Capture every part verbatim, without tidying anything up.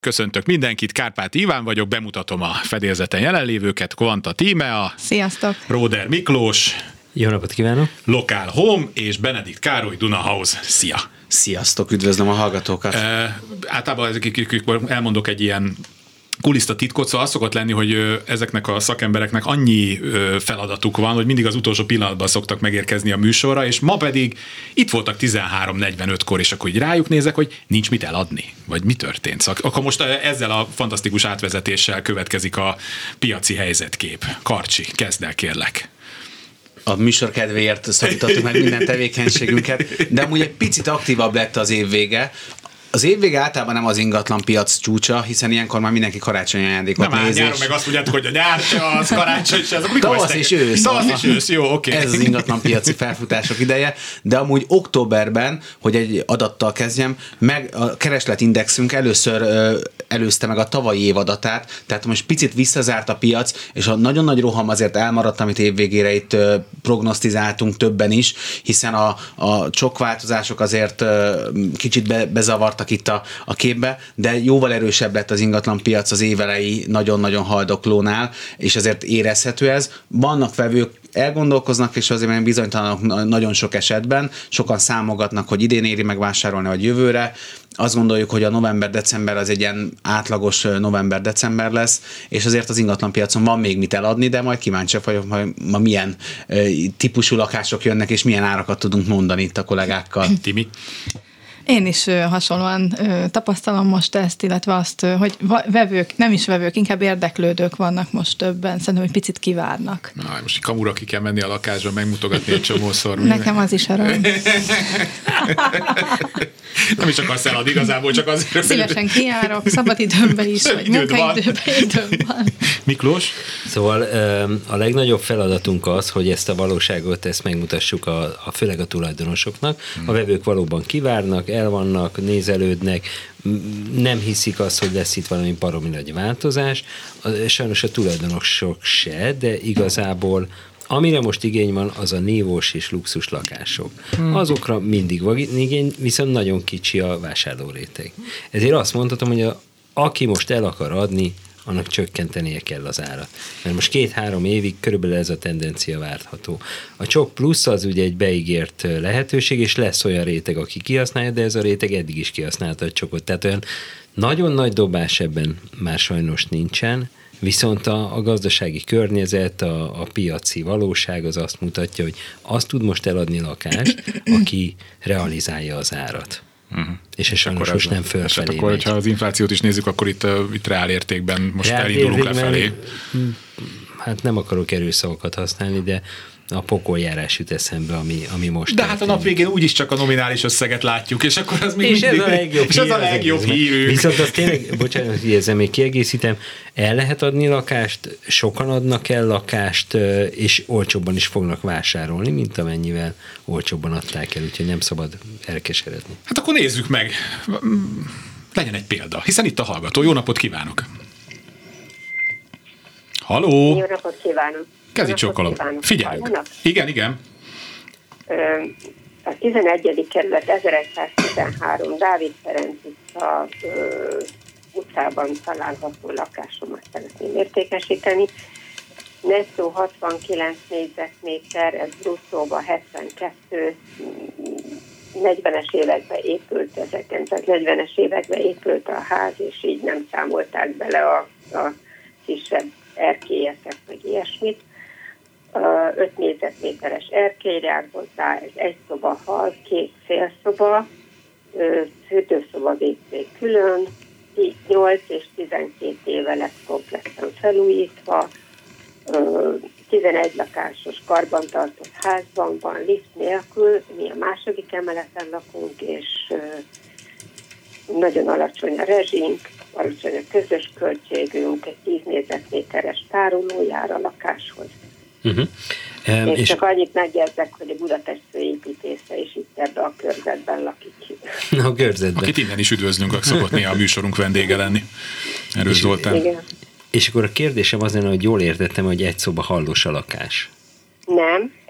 Köszöntök mindenkit, Kárpáti Iván vagyok, bemutatom a fedélzeten jelenlévőket, Kvanta Tímea, sziasztok! Róder Miklós, jó napot kívánok! Lokál Home és Benedikt Károly Dunahouse. Szia! Sziasztok, üdvözlöm a hallgatókat! E, általában ezek, elmondok egy ilyen kulisztatitkot, szóval az szokott lenni, hogy ezeknek a szakembereknek annyi feladatuk van, hogy mindig az utolsó pillanatban szoktak megérkezni a műsorra, és ma pedig itt voltak tizenhárom negyvenötkor, és akkor így rájuk nézek, hogy nincs mit eladni, vagy mi történt. Szóval akkor most ezzel a fantasztikus átvezetéssel következik a piaci helyzetkép. Karcsi, kezd el, kérlek. A műsor kedvéért szorítottuk meg minden tevékenységünket, de amúgy egy picit aktívabb lett az év vége. Az évvége általában nem az ingatlan piac csúcsa, hiszen ilyenkor már mindenki karácsonyi ajándékot néz. Nem, nyáron meg azt mondjátok, hogy a nyár se az, karácsony se az. Tavasz és ősz. Tavasz és ősz, jó, oké. Okay. Ez az ingatlan piaci felfutások ideje, de amúgy októberben, hogy egy adattal kezdjem, meg a keresletindexünk először ö, előzte meg a tavalyi év adatát, tehát most picit visszazárt a piac, és a nagyon nagy roham azért elmaradt, amit évvégére itt ö, prognosztizáltunk többen is, hiszen a, a csokváltozások azért ö, kicsit be, bezavart itt a, a képbe, de jóval erősebb lett az ingatlanpiac az évelei nagyon-nagyon haldoklónál, és azért érezhető ez. Vannak vevők, elgondolkoznak, és azért meg bizonytalanok nagyon sok esetben, sokan számogatnak, hogy idén éri megvásárolni, vagy jövőre. Azt gondoljuk, hogy a november-december az egy ilyen átlagos november-december lesz, és azért az ingatlanpiacon van még mit eladni, de majd kíváncsiak vagyok, hogy ma milyen típusú lakások jönnek, és milyen árakat tudunk mondani itt a kollégákkal. Timi? Én is ö, hasonlóan ö, tapasztalom most ezt, illetve azt, ö, hogy vevők, nem is vevők, inkább érdeklődők vannak most többen, szerintem, hogy picit kivárnak. Na, most kamura ki kell menni a lakásra, megmutogatni egy csomószor. Nekem az is arany. Nem is akarsz eladni igazából, csak azért. Szívesen kijárok, szabadidőmben is, vagy munkaidőben időben. Miklós? Szóval a legnagyobb feladatunk az, hogy ezt a valóságot, ezt megmutassuk a, a főleg a tulajdonosoknak. Hmm. A vevők valóban kivárnak, elvannak, nézelődnek, nem hiszik azt, hogy lesz itt valami baromi nagy változás. Sajnos a tulajdonosok se, de igazából amire most igény van, az a nívós és luxus lakások. Hmm. Azokra mindig van igény, viszont nagyon kicsi a vásárlóréteg. Ezért azt mondhatom, hogy a, aki most el akar adni, annak csökkentenie kell az árat. Mert most két-három évig körülbelül ez a tendencia várható. A csok plusz az ugye egy beígért lehetőség, és lesz olyan réteg, aki kihasználja, de ez a réteg eddig is kihasználta a csokot. Tehát olyan nagyon nagy dobás ebben már sajnos nincsen, viszont a, a gazdasági környezet, a, a piaci valóság az azt mutatja, hogy azt tud most eladni lakást, aki realizálja az árat. Uh-huh. És ez sajnos most nem fölfelé megy. Akkor, hogyha az inflációt is nézzük, akkor itt, uh, itt reál értékben most reál elindulunk lefelé. Hát nem akarok erőszavakat használni, de a pokoljárás jut eszembe, ami, ami most De hát a nap végén úgyis csak a nominális összeget látjuk, és akkor az még és mindig... ez a legjobb és hír. Ez a legjobb hírünk. Viszont azt tényleg, bocsánat, hogy ezzel még kiegészítem, el lehet adni lakást, sokan adnak el lakást, és olcsóbban is fognak vásárolni, mint amennyivel olcsóbban adták el, úgyhogy nem szabad elkeseredni. Hát akkor nézzük meg. Legyen egy példa, hiszen itt a hallgató. Jó napot kívánok! Halló! Jó napot kívánok! Kezdj csókolom. Figyelünk. Igen, igen. A tizenegyedik kerület ezeregyszáztizenhárom Dávid Ferenc utca utcában található lakásomat szeretném értékesíteni. Nettó hatvankilenc négyzetméter, ez bruttóban hetvenkettő, negyvenes években épült, ezerkilencszáznegyvenes években épült a ház, és így nem számolták bele a, a kisebb erkélyeket, meg ilyesmit. öt négyzetméteres erkély jár hozzá, ez egy szoba hal, két félszoba, fürdőszoba vé cé külön, nyolc és tizenkét éve lesz kompletten felújítva, tizenegy lakásos karbantartott házban van, lift nélkül, mi a második emeleten lakunk, és nagyon alacsony a rezsink, alacsony a közös költségünk, egy tíz négyzetméteres tároló jár a lakáshoz. Uh-huh. Um, és, és csak annyit megjegyzek, hogy a Budapest főépítésze is itt ebben a körzetben lakik. A körzetben. Akit innen is üdvözlünk, aki szokott néha a műsorunk vendége lenni. Erős Zoltán. És akkor a kérdésem az lenne, hogy jól értettem, hogy egy szoba hallós a lakás. Nem,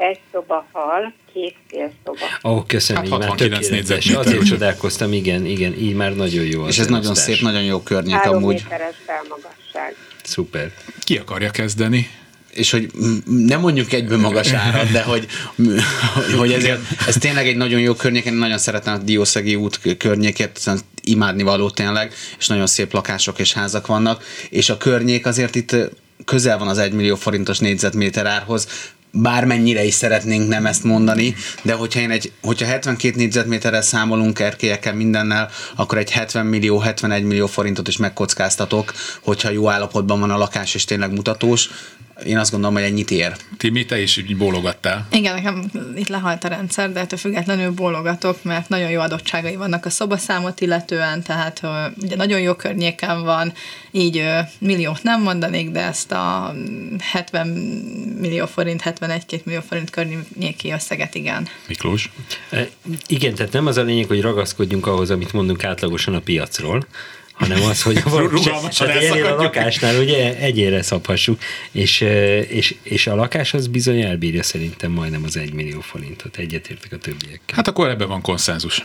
egy szoba hal, két félszoba. Ó, oh, köszönöm, hát így már tökéletes. Azért csodálkoztam, igen, igen, így már nagyon jó. És ez nagyon szép, nagyon jó környék Három amúgy. méteres felmagasság. Szuper. Ki akarja kezdeni? És hogy nem mondjuk egyből magas árat, de hogy, hogy ezért, ez tényleg egy nagyon jó környék, én nagyon szeretem a Diószegi út környékét, imádni való tényleg, és nagyon szép lakások és házak vannak, és a környék azért itt közel van az egymillió forintos négyzetméter árhoz, bármennyire is szeretnénk nem ezt mondani, de hogyha, én egy, hogyha hetvenkét négyzetméterrel számolunk erkélyekkel mindennel, akkor egy hetven millió, hetvenegy millió forintot is megkockáztatok, hogyha jó állapotban van a lakás és tényleg mutatós. Én azt gondolom, hogy ennyit ér. Timi, te is így bólogattál. Igen, nekem itt lehalt a rendszer, de ettől függetlenül bólogatok, mert nagyon jó adottságai vannak a szobaszámot illetően, tehát ugye nagyon jó környéken van, így milliót nem mondanék, de ezt a hetven millió forint, hetvenegy-két millió forint környéki összeget, igen. Miklós? E, igen, tehát nem az a lényeg, hogy ragaszkodjunk ahhoz, amit mondunk átlagosan a piacról, hanem az, hogy a rugalmasan ennél a lakásnál ugye egyére szabhassuk, és, és, és a lakás az bizony elbírja szerintem majdnem az egy millió forintot. Egyetértek a többiekkel. Hát akkor ebben van konszenzus.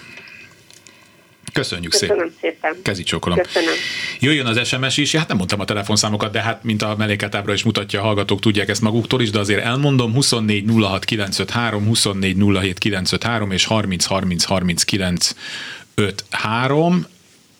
Köszönjük Köszönöm szépen. szépen. Kezi csókolom. Köszönöm. Jöjjön az es em es is, hát nem mondtam a telefonszámokat, de hát mint a mellékátábra is mutatja, a hallgatók tudják ezt maguktól is, de azért elmondom, huszonnégy nulla hat kilencszázötvenhárom, huszonnégy nulla hét kilencszázötvenhárom és harminc harminc harminc kilencszázötvenhárom.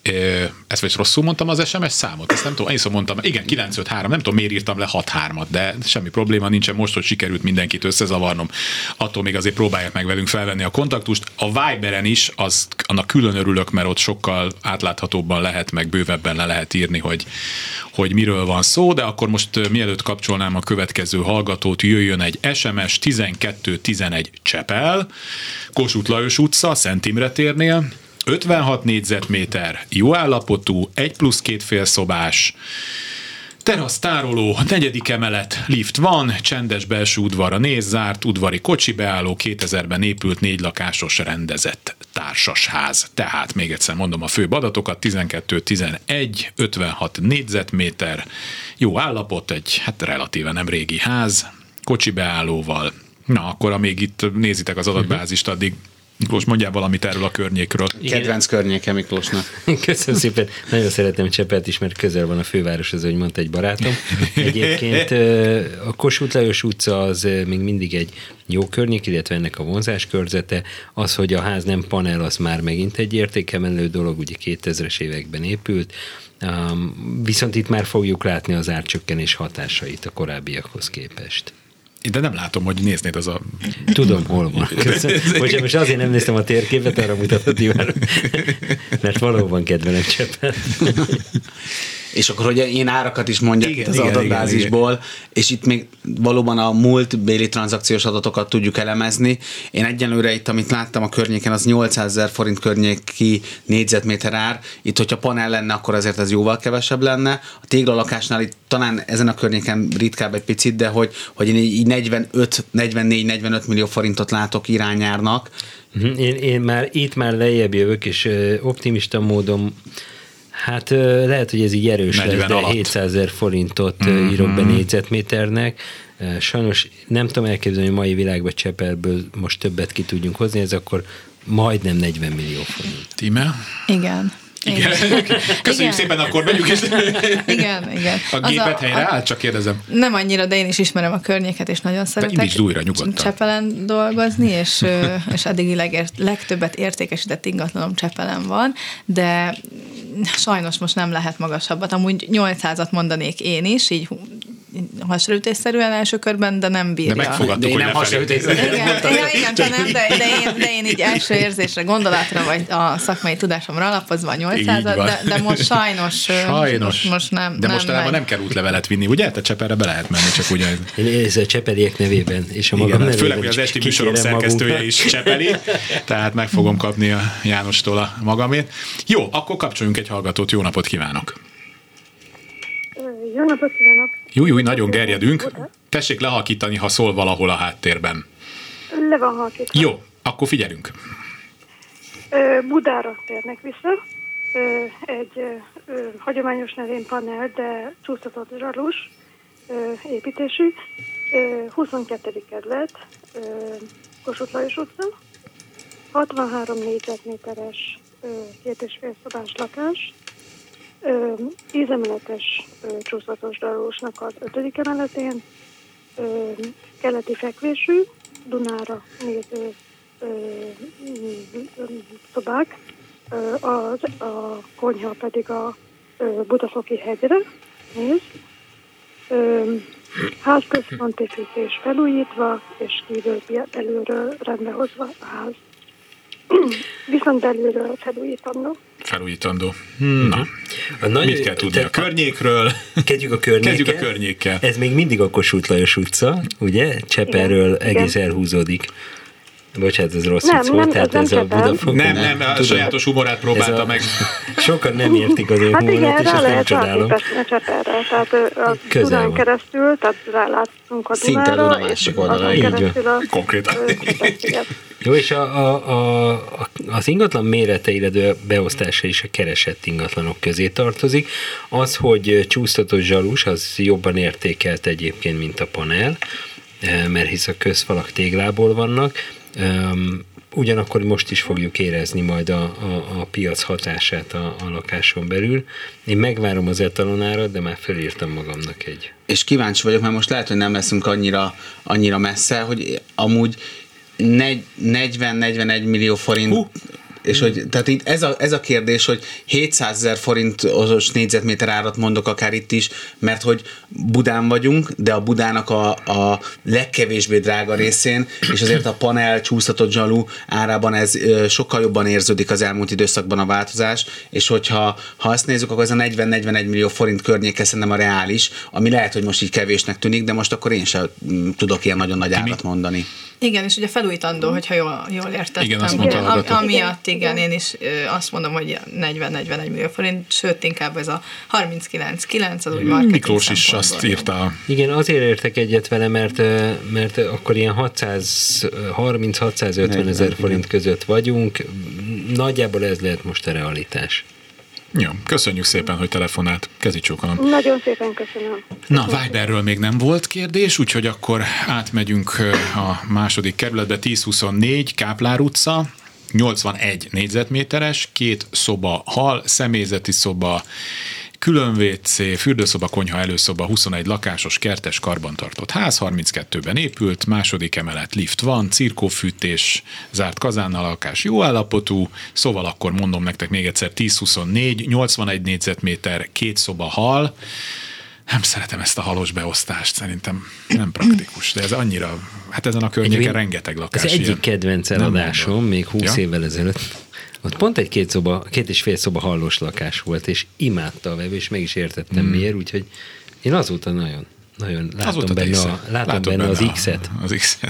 Ezt vagy rosszul mondtam az es em es számot? Ezt nem tudom, én mondtam, igen, kilencszázötvenhárom, nem tudom, miért írtam le hat hármat, de semmi probléma nincsen most, hogy sikerült mindenkit összezavarnom. Attól még azért próbálják meg velünk felvenni a kontaktust. A Viberen is, az, annak külön örülök, mert ott sokkal átláthatóbban lehet, meg bővebben le lehet írni, hogy, hogy miről van szó, de akkor most mielőtt kapcsolnám a következő hallgatót, jöjjön egy es em es tizenkettő tizenegy Csepel, Kossuth Lajos utca, Szent Imre térnél, ötvenhat négyzetméter, jó állapotú, egy plusz két félszobás, terasz, tároló, negyedik emelet, lift van, csendes belső udvarra néz, zárt udvari kocsi beálló, kétezerben épült négy lakásos rendezett társasház. Tehát még egyszer mondom a főbb adatokat, tizenkettő tizenegy, ötvenhat négyzetméter, jó állapot, egy hát relatíven nem régi ház, kocsi beállóval. Na, akkor amíg itt nézitek az adatbázist, addig Miklós, mondjál valamit erről a környékről. Kedvenc környéke Miklósnak. Köszönöm szépen. Nagyon szeretem Csepelt is, mert közel van a fővároshoz, ahogy mondta egy barátom. Egyébként a Kossuth Lajos utca az még mindig egy jó környék, illetve ennek a vonzás körzete. Az, hogy a ház nem panel, az már megint egy értékemelő dolog, ugye kétezres években épült. Um, viszont itt már fogjuk látni az árcsökkenés hatásait a korábbiakhoz képest. De nem látom, hogy néznéd az a... Tudom, hol van. Most, most azért nem néztem a térképet, arra mutatott Iván, mert valóban kedvelem Csepel. És akkor, hogy én árakat is mondjak igen, itt az igen, adatbázisból, igen, és itt még valóban a múltbéli tranzakciós adatokat tudjuk elemezni. Én egyenlőre itt, amit láttam a környéken, az nyolcszázezer forint környéki négyzetméter ár. Itt, hogyha panel lenne, akkor azért ez jóval kevesebb lenne. A téglalakásnál itt talán ezen a környéken ritkább egy picit, de hogy, hogy én így negyvenöt, negyvennégy, negyvenöt millió forintot látok irányárnak. Én, én már itt már lejjebb jövök, és optimista módon hát lehet, hogy ez így erős lesz, de hétszázezer forintot mm-hmm. írok be négyzetméternek. Sajnos nem tudom elképzelni, hogy a mai világban Csepelből most többet ki tudjunk hozni, ez akkor majdnem negyven millió forint. Tíme? Igen. Igen. Köszönjük igen. szépen, akkor megyünk is. Igen, igen. A gépet a, helyre a, áll, csak kérdezem. Nem annyira, de én is ismerem a környéket, és nagyon szeretek újra, Csepelen dolgozni, és, és eddig legért, legtöbbet értékesített ingatlanom Csepelen van, de sajnos most nem lehet magasabbat. Amúgy nyolcszázat mondanék én is, így hasraütésszerűen első körben, de nem bírja. De megfogadtuk, hogy nem hasraütésszerűen. Igen, igen, igen, de nem, de, de, én, de én így első érzésre, gondolatra, vagy a szakmai tudásomra alapozva a nyolcszázat, de, de most sajnos, sajnos. Most, most nem. De nem mostanában nem kell útlevelet vinni, ugye? Te Csepelre be lehet menni, csak ugye. Én ez a csepeliek nevében, és a magam igen, nevében. Főleg, hogy az esti műsorok szerkesztője is csepeli, tehát meg fogom kapni a Jánostól a magamét. Jó, akkor kapcsoljunk egy hallgatót, jó napot kívánok! Jó napot kívánok! Jó, jó, nagyon gerjedünk. Tessék lehalkítani, ha szól valahol a háttérben. Le van halkítva. Jó, akkor figyelünk. Budára térnek vissza. Egy hagyományos nevén panel, de csúsztatott zsarlós építésű. huszonkettő kerület, Kossuth Lajos utca, hatvanhárom négyzetméteres, két és fél szobás lakás, tízemeletes csúsztatos darúsnak az ötödik emeletén, keleti fekvésű, Dunára néző szobák, az, a konyha pedig a Budafoki hegyre néz. Házközponti fűtés felújítva, és kívül belülről rendbehozva a ház. Viszont belülről felújítandó. Felújítandó. Hmm. Na, a nagy, mit kell tudni a környékről? Kezdjük a környékkel. Kezdjük a környékkel. Ez még mindig a Kossuth Lajos utca, ugye? Cseperről igen, egész igen. elhúzódik. Bocsánat, ez rossz nem, vicc volt, tehát ez a Budafok. Nem, nem, a sajátos humorát próbálta a... meg. Sokan nem értik az én hát humorat, és ezt nem csodálom. Hát igen, rá lehet Cseperre, tehát a Dunán keresztül, tehát rálátszunk a Szinte Dunára, a másik oldalra. Így van. Konkrétan. Jó, és a, a, a, az ingatlan mérete, illetve beosztása is a keresett ingatlanok közé tartozik. Az, hogy csúsztatott zsalus, az jobban értékelt egyébként, mint a panel, mert hisz a közfalak téglából vannak. Ugyanakkor most is fogjuk érezni majd a, a, a piac hatását a, a lakáson belül. Én megvárom az etalonárat, de már felírtam magamnak egy. És kíváncsi vagyok, mert most lehet, hogy nem leszünk annyira, annyira messze, hogy amúgy negyven-negyvenegy millió forint, uh. és hogy, tehát itt ez a, ez a kérdés, hogy hétszázezer forintos négyzetméter árat mondok akár itt is, mert hogy Budán vagyunk, de a Budának a, a legkevésbé drága részén, és azért a panel csúsztatott zsalu árában ez sokkal jobban érződik az elmúlt időszakban a változás, és hogyha ha azt nézzük, akkor ez a negyven-negyvenegy millió forint környéke szerintem a reális, ami lehet, hogy most így kevésnek tűnik, de most akkor én sem tudok ilyen nagyon nagy árat mondani. Igen, és ugye felújítandó, hogyha jól, jól értettem. Igen, azt mondta a Am, Amiatt igen, én is azt mondom, hogy negyven-negyvenegy millió forint, sőt, inkább ez a harminckilenc kilenc az úgy marketing Miklós is azt írta. Igen, azért értek egyet vele, mert, mert akkor ilyen hatszázharminc-hatszázötven ezer forint között vagyunk. Nagyjából ez lehet most a realitás. Jó, köszönjük szépen, hogy telefonált. Kezi csókolom. Nagyon szépen köszönöm. Na, Viberről még nem volt kérdés, úgyhogy akkor átmegyünk a második kerületbe, tíz huszonnégy Káplár utca, nyolcvanegy négyzetméteres, két szoba hal, személyzeti szoba, külön vé cé, fürdőszoba, konyha, előszoba, huszonegy lakásos, kertes, karbantartott ház, harminckettőben épült, második emelet, lift van, cirkófűtés, zárt kazánnal, lakás jó állapotú, szóval akkor mondom nektek még egyszer, tíz huszonnégy, nyolcvanegy négyzetméter, két szoba hal. Nem szeretem ezt a halos beosztást, szerintem nem praktikus, de ez annyira, hát ezen a környéken rengeteg lakás. Ez egyik kedvenc eladásom, még húsz ja? évvel ezelőtt. Ott pont egy két, szoba, két és fél szoba hallós lakás volt, és imádta a vevő, és meg is értettem hmm. miért, úgyhogy én azóta nagyon, nagyon látom azóta benne, a, látom benne, benne az X-et. Az X-et.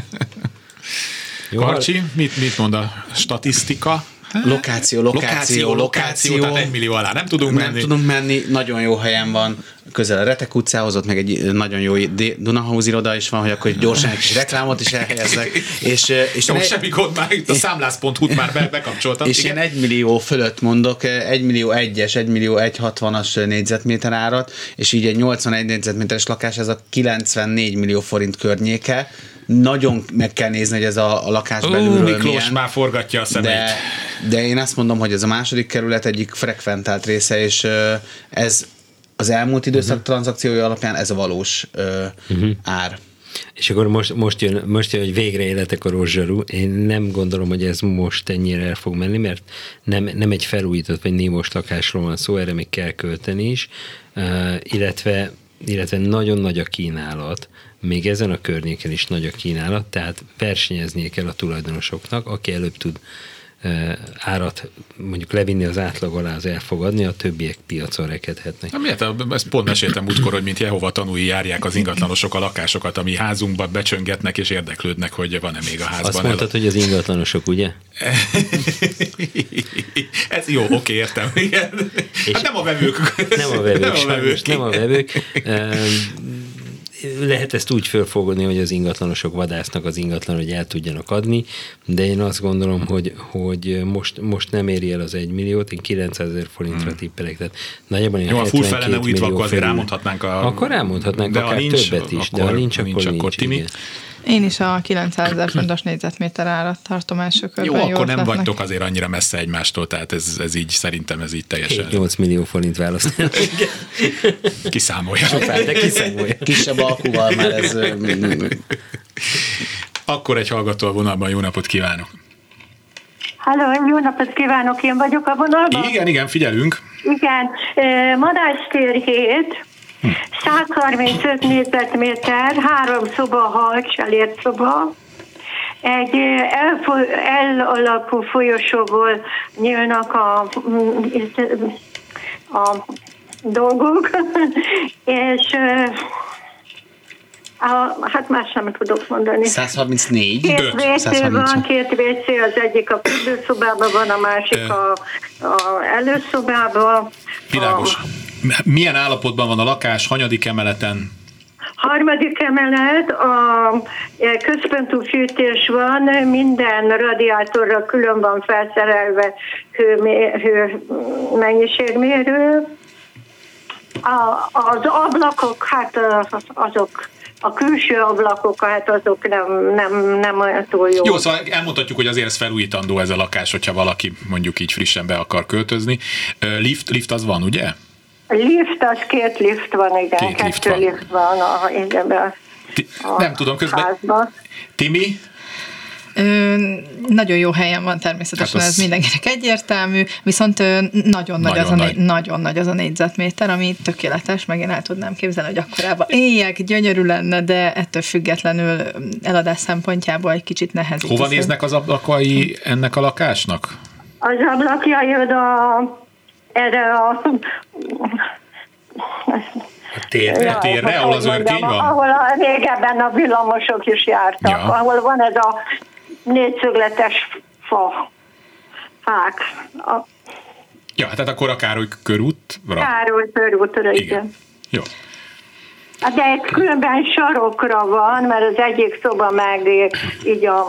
Karcsi, mit, mit mond a statisztika? Lokáció, lokáció, lokáció, lokáció. Tehát egy millió alá nem tudunk nem menni. Nem tudunk menni, nagyon jó helyen van, közel a Retek utcához, ott meg egy nagyon jó Dunahouse iroda is van, hogy akkor gyorsan egy kis reklámot is elhelyezzek. És, és jó, semmi gond, már itt a számlász pont hu-t már be, bekapcsoltam. És igen. Én egy millió fölött mondok, egy millió egyes, egy millió hatvanas négyzetméter árat, és így egy nyolcvanegy négyzetméteres lakás, ez a kilencvennégy millió forint környéke. Nagyon meg kell nézni, hogy ez a, a lakás belülről Miklós milyen. Már forgatja a szemét. De, de én azt mondom, hogy ez a második kerület egyik frekventált része, és ez az elmúlt időszak uh-huh. tranzakciója alapján ez a valós uh, ár. És akkor most, most, jön, most jön, hogy végre életek a rosszsarú. Én nem gondolom, hogy ez most ennyire el fog menni, mert nem, nem egy felújított vagy némos lakásról van szó, erre még kell költeni is, uh, illetve, illetve nagyon nagy a kínálat. Még ezen a környéken is nagy a kínálat, tehát versenyeznie kell a tulajdonosoknak, aki előbb tud e, árat mondjuk levinni az átlag alá, az elfogadni, a többiek piacon rekedhetnek. Miért? Ezt pont meséltem múltkor, hogy mint Jehova tanúi járják az ingatlanosok a lakásokat, ami házunkba becsöngetnek és érdeklődnek, hogy van-e még a házban. Azt mondtad, el... hogy az ingatlanosok, ugye? Ez jó, oké, értem. Igen. Hát nem a vevők. Nem a vevők, nem a vevők. Nem a vevők. lehet ezt úgy fölfogni, hogy az ingatlanosok vadásznak az ingatlan, hogy el tudjanak adni, de én azt gondolom, hogy, hogy most, most nem éri el az egy milliót, én kilencszázezer forintra hmm. tippelek, tehát nagyjából jó, a full fele nem újítva, akkor azért rámondhatnánk a... Akkor rámondhatnánk akár nincs, többet is, akkor, de ha nincs, akkor nincs. Akkor nincs, nincs Én is a kilencszázezer fontos négyzetméter árat tartom első körben. Jó, akkor nem vagytok azért annyira messze egymástól, tehát ez, ez így szerintem ez így teljesen... hét-nyolc millió forint választani. Kiszámolja. Sopár, de kiszámolja. Kisebb alkuval már ez... Akkor egy hallgató a vonalban, jó napot kívánok! Halló, jó napot kívánok, én vagyok a vonalban? Igen, igen, figyelünk. Igen, Madástér hét, száz harmincöt négyzetméter, három szoba, halcs, elért szoba. Egy L alakú folyosóból nyílnak a, a dolgok, és a, hát más nem tudok mondani. száz harmincnégy. Két vécé van, két vécé, az egyik a fürdőszobában van, a másik a, a előszobában. Világos. A, milyen állapotban van a lakás, hanyadik emeleten? Harmadik emelet, a központú fűtés van, minden radiátorra külön van felszerelve hő, hő mennyiségmérő. A, az ablakok, hát azok, a külső ablakok, hát azok nem, nem, nem olyan túl jó. Jó, szóval elmondhatjuk, hogy azért ez felújítandó ez a lakás, hogyha valaki mondjuk így frissen be akar költözni. Lift, lift az van, ugye? Lift, az két lift van, igen. Két Kettő lift van. lift van a, igen, Ti, nem tudom, közben. Házban. Timi? Ö, nagyon jó helyen van természetesen, hát az... ez mindenkinek egyértelmű, viszont ö, nagyon, nagy az nagy. A, nagyon nagy az a négyzetméter, ami tökéletes, meg én el tudnám képzelni, hogy akkorában éljek, gyönyörű lenne, de ettől függetlenül eladás szempontjából egy kicsit nehezít. Hova néznek az ablakai ennek a lakásnak? Az ablakjai oda erre a... A térre, ja, a térre ahol az örkény van? Ahol a, régebben a villamosok is jártak, ja. Ahol van ez a négyszögletes fa, fák. A, ja, tehát akkor a Károly körútra? Károly körútra, igen. igen. Jó. De egy különben sarokra van, mert az egyik szoba meg így a...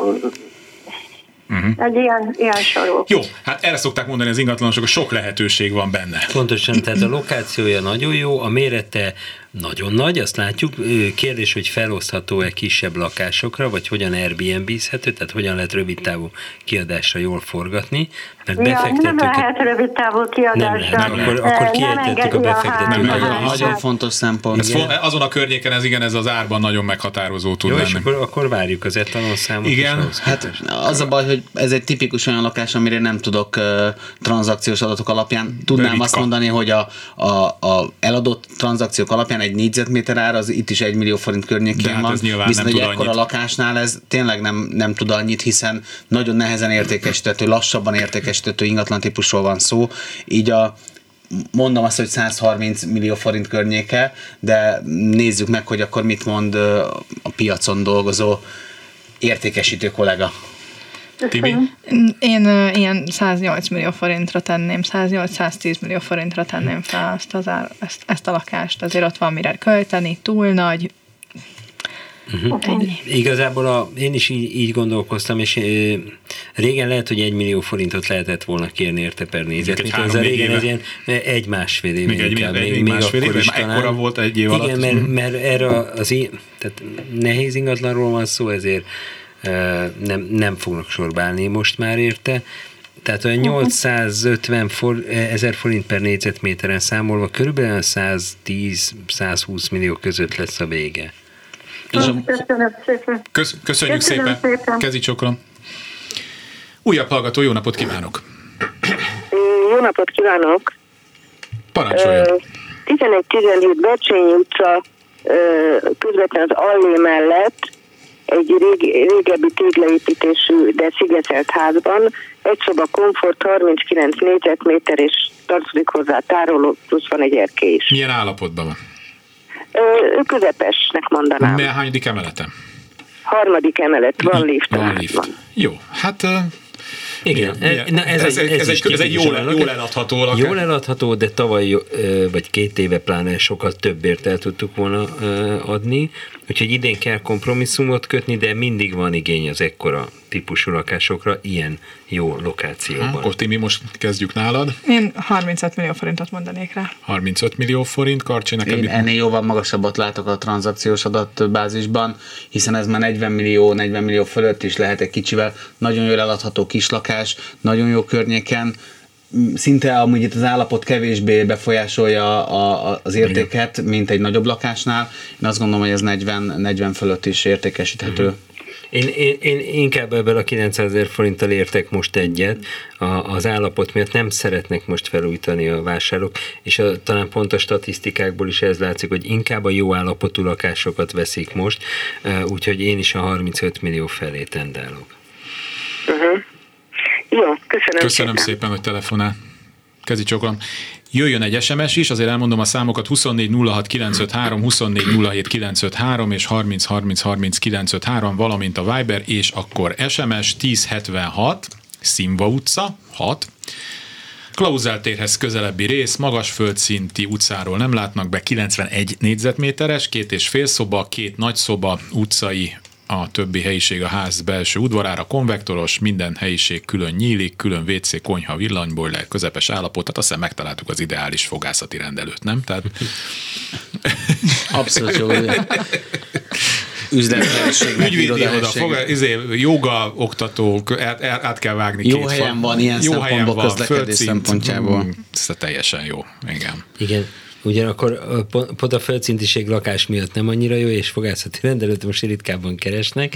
Uh-huh. Egy ilyen, ilyen sarok. Jó, hát erre szokták mondani az ingatlanosok, hogy sok lehetőség van benne. Pontosan, tehát a lokációja nagyon jó, a mérete nagyon nagy, azt látjuk. Kérdés, hogy felosztható-e kisebb lakásokra, vagy hogyan Airbnb-zhető, tehát hogyan lehet rövid távú kiadásra jól forgatni. Mert ja, nem lehet rövid távú kiadásra. Nem lehet, akkor, akkor kiejtettük a befektetőket. Nagyon fontos szempont. Ez fo- azon a környéken ez igen, ez az árban nagyon meghatározó tud jó, lenni. És akkor, akkor várjuk az etalon számot. Igen. Hát az a baj, hogy ez egy tipikus olyan lakás, amire nem tudok uh, tranzakciós adatok alapján. Tudnám Ritka. azt mondani, hogy a, a, a eladott tranzakciók alapján egy négyzetméter ár, az itt is egy millió forint környékén hát van. Viszont egy ekkora lakásnál ez tényleg nem, nem tud annyit, hiszen nagyon nehezen értékesíthető, lassabban értékesíthető ingatlan típusról van szó. Így a mondom azt, hogy száz harminc millió forint környéke, de nézzük meg, hogy akkor mit mond a piacon dolgozó értékesítő kollega. Timi? Én uh, ilyen száznyolc millió forintra tenném, száznyolc-száztíz millió forintra tenném fel ezt, az ár, ezt, ezt a lakást. Azért ott van mire költeni, túl nagy. Uh-huh. Igazából a, én is így, így gondolkoztam, és e, régen lehet, hogy egy millió forintot lehetett volna kérni érte per négyzetméter. Ez a régen ez ilyen egy-másfél év. Még egy, inkább, egy, még, még másfél év, és ekkora volt egy év alatt. Igen, mert, mert erre az én, tehát nehéz ingatlanról van szó, ezért e, nem, nem fognak sorba állni most már érte. Tehát olyan nyolcszázötven for, ezer forint per négyzetméteren számolva körülbelül száztíz-százhúsz millió között lesz a vége. Köszönöm szépen. Kösz, köszönjük Köszönöm szépen. szépen. Kezi csokron. Újabb hallgató, jó napot kívánok! Jó napot kívánok! Parancsoljon! tizenegy tizenhét Becsényi utca közvetlenül az Allé mellett egy régi, régebbi téglaépítésű, de szigetelt házban egy szoba komfort, harminckilenc négyzetméter, és tartozik hozzá tároló, plusz van egy erkély is. Milyen állapotban van? Közepesnek mondanám. Milyen hányadik emeleten? Harmadik emelet, van lift. Van lift. Van. Jó, hát Igen, igen. Na, ez, ez, egy, ez, ez, egy, ez egy jól, jól eladható lakás. Jól eladható, de tavaly vagy két éve pláne sokkal többért el tudtuk volna adni, úgyhogy idén kell kompromisszumot kötni, de mindig van igény az ekkora típusú lakásokra, ilyen jó lokációban. Ha, akkor Timi, most kezdjük nálad. Én harmincöt millió forintot mondanék rá. harmincöt millió forint, Karcsi, neked Én mit? ennél jóval magasabbat látok a tranzakciós adatbázisban, hiszen ez már negyven millió, negyven millió fölött is lehet egy kicsivel. Nagyon jól eladható kislakás, nagyon jó környéken, szinte amúgy itt az állapot kevésbé befolyásolja a, a, az értéket, mint egy nagyobb lakásnál. Én azt gondolom, hogy ez negyven, negyven fölött is értékesíthető. Mm. Én, én, én inkább ebből a kilencszázezer forinttal értek most egyet, a, az állapot miatt nem szeretnek most felújítani a vásárlók, és a, talán pont a statisztikákból is ez látszik, hogy inkább a jó állapotú lakásokat veszik most, úgyhogy én is a harmincöt millió felé tendálok. Uh-huh. Jó, köszönöm, köszönöm szépen. szépen, hogy telefonál. Kezi csokolom. Jöjjön egy es em es is, azért elmondom a számokat: huszonnégy nulla hat kilencszázötvenhárom, huszonnégy nulla hét kilencszázötvenhárom és harminc harminc harminc kilencszázötvenhárom, valamint a Viber, és akkor es em es tíz hetvenhat, Szimva utca, hat. Klauzál térhez közelebbi rész, magas földszinti utcáról nem látnak be, kilencvenegy négyzetméteres, két és fél szoba, két nagy szoba, utcai, a többi helyiség a ház belső udvarára, konvektoros, minden helyiség külön nyílik, külön vé cé, konyha, villanybojler, közepes állapot, tehát azt hiszem megtaláltuk az ideális fogászati rendelőt, nem? Tehát... Abszolút jó. Üzlethelyiség, ügyvédi oda, fog, izé, joga, oktatók, át, át kell vágni. Jó két helyen fa, van, ilyen jó szempontból, van, közlekedés szempontjából. Ez teljesen jó, igen. Igen. Ugyanakkor pont a földszintiség lakás miatt nem annyira jó, és fogászati rendelőt most ritkábban keresnek.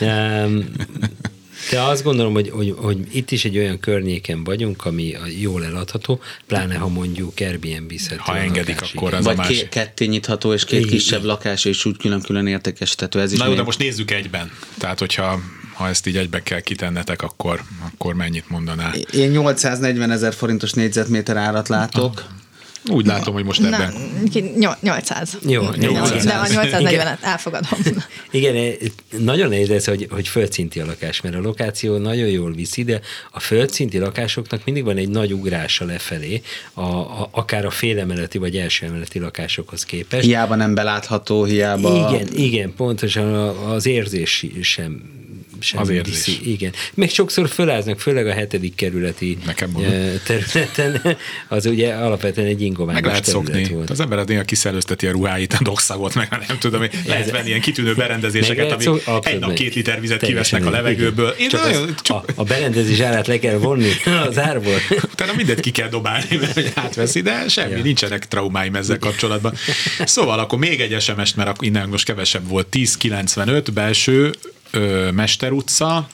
De azt gondolom, hogy, hogy, hogy itt is egy olyan környéken vagyunk, ami jól eladható, pláne ha mondjuk Airbnb-szető. Ha engedik, lakás, akkor az vagy a más. Vagy ketté nyitható, és két így, kisebb így. lakás, és úgy külön-külön értékesíthető. Ez is Na jó, még... de most nézzük egyben. Tehát, hogyha ha ezt így egybe kell kitennetek, akkor, akkor mennyit mondanál? Én nyolcszáznegyven ezer forintos négyzetméter árat látok. Ah. Úgy látom, hogy most ebben... Nem, nyolcszáz. Jó, nyolcszáz. De a nyolcszáznegyvenet elfogadom. Igen, nagyon nehéz ez, hogy, hogy földszinti a lakás, mert a lokáció nagyon jól viszi, de a földszinti lakásoknak mindig van egy nagy ugrása lefelé, a, a, akár a félemeleti vagy első emeleti lakásokhoz képest. Hiába nem belátható, hiába... Igen, igen, pontosan az érzés sem sem az viszi. Igen. Meg sokszor föláznak, főleg a hetedik kerületi területen, az ugye alapvetően egy ingományos meg lehet terület szokni. volt. Az ember néha kiszellőzteti a ruháit, a dogszagot, meg nem tudom, lehet venni ilyen kitűnő berendezéseket, ami szok, egy nap két liter vizet kivesznek a levegőből. Én csak nagyon, az, csak... A, a berendezés árát le kell vonni az árból. Utána mindent ki kell dobálni, mert átveszi, de semmi, ja. Nincsenek traumáim ezzel kapcsolatban. Szóval akkor még egy es em es-t, mert innen most kevesebb volt, tíz kilencvenöt, belső Ö, Mester utca,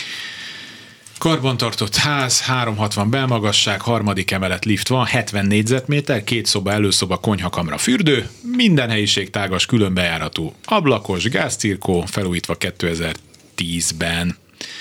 karbantartott ház, háromszázhatvan belmagasság, harmadik emelet, lift van, hetven négyzetméter, két szoba, előszoba, konyhakamra, fürdő, minden helyiség tágas, külön bejáratú, ablakos, gázcirkó, felújítva kétezer-tízben.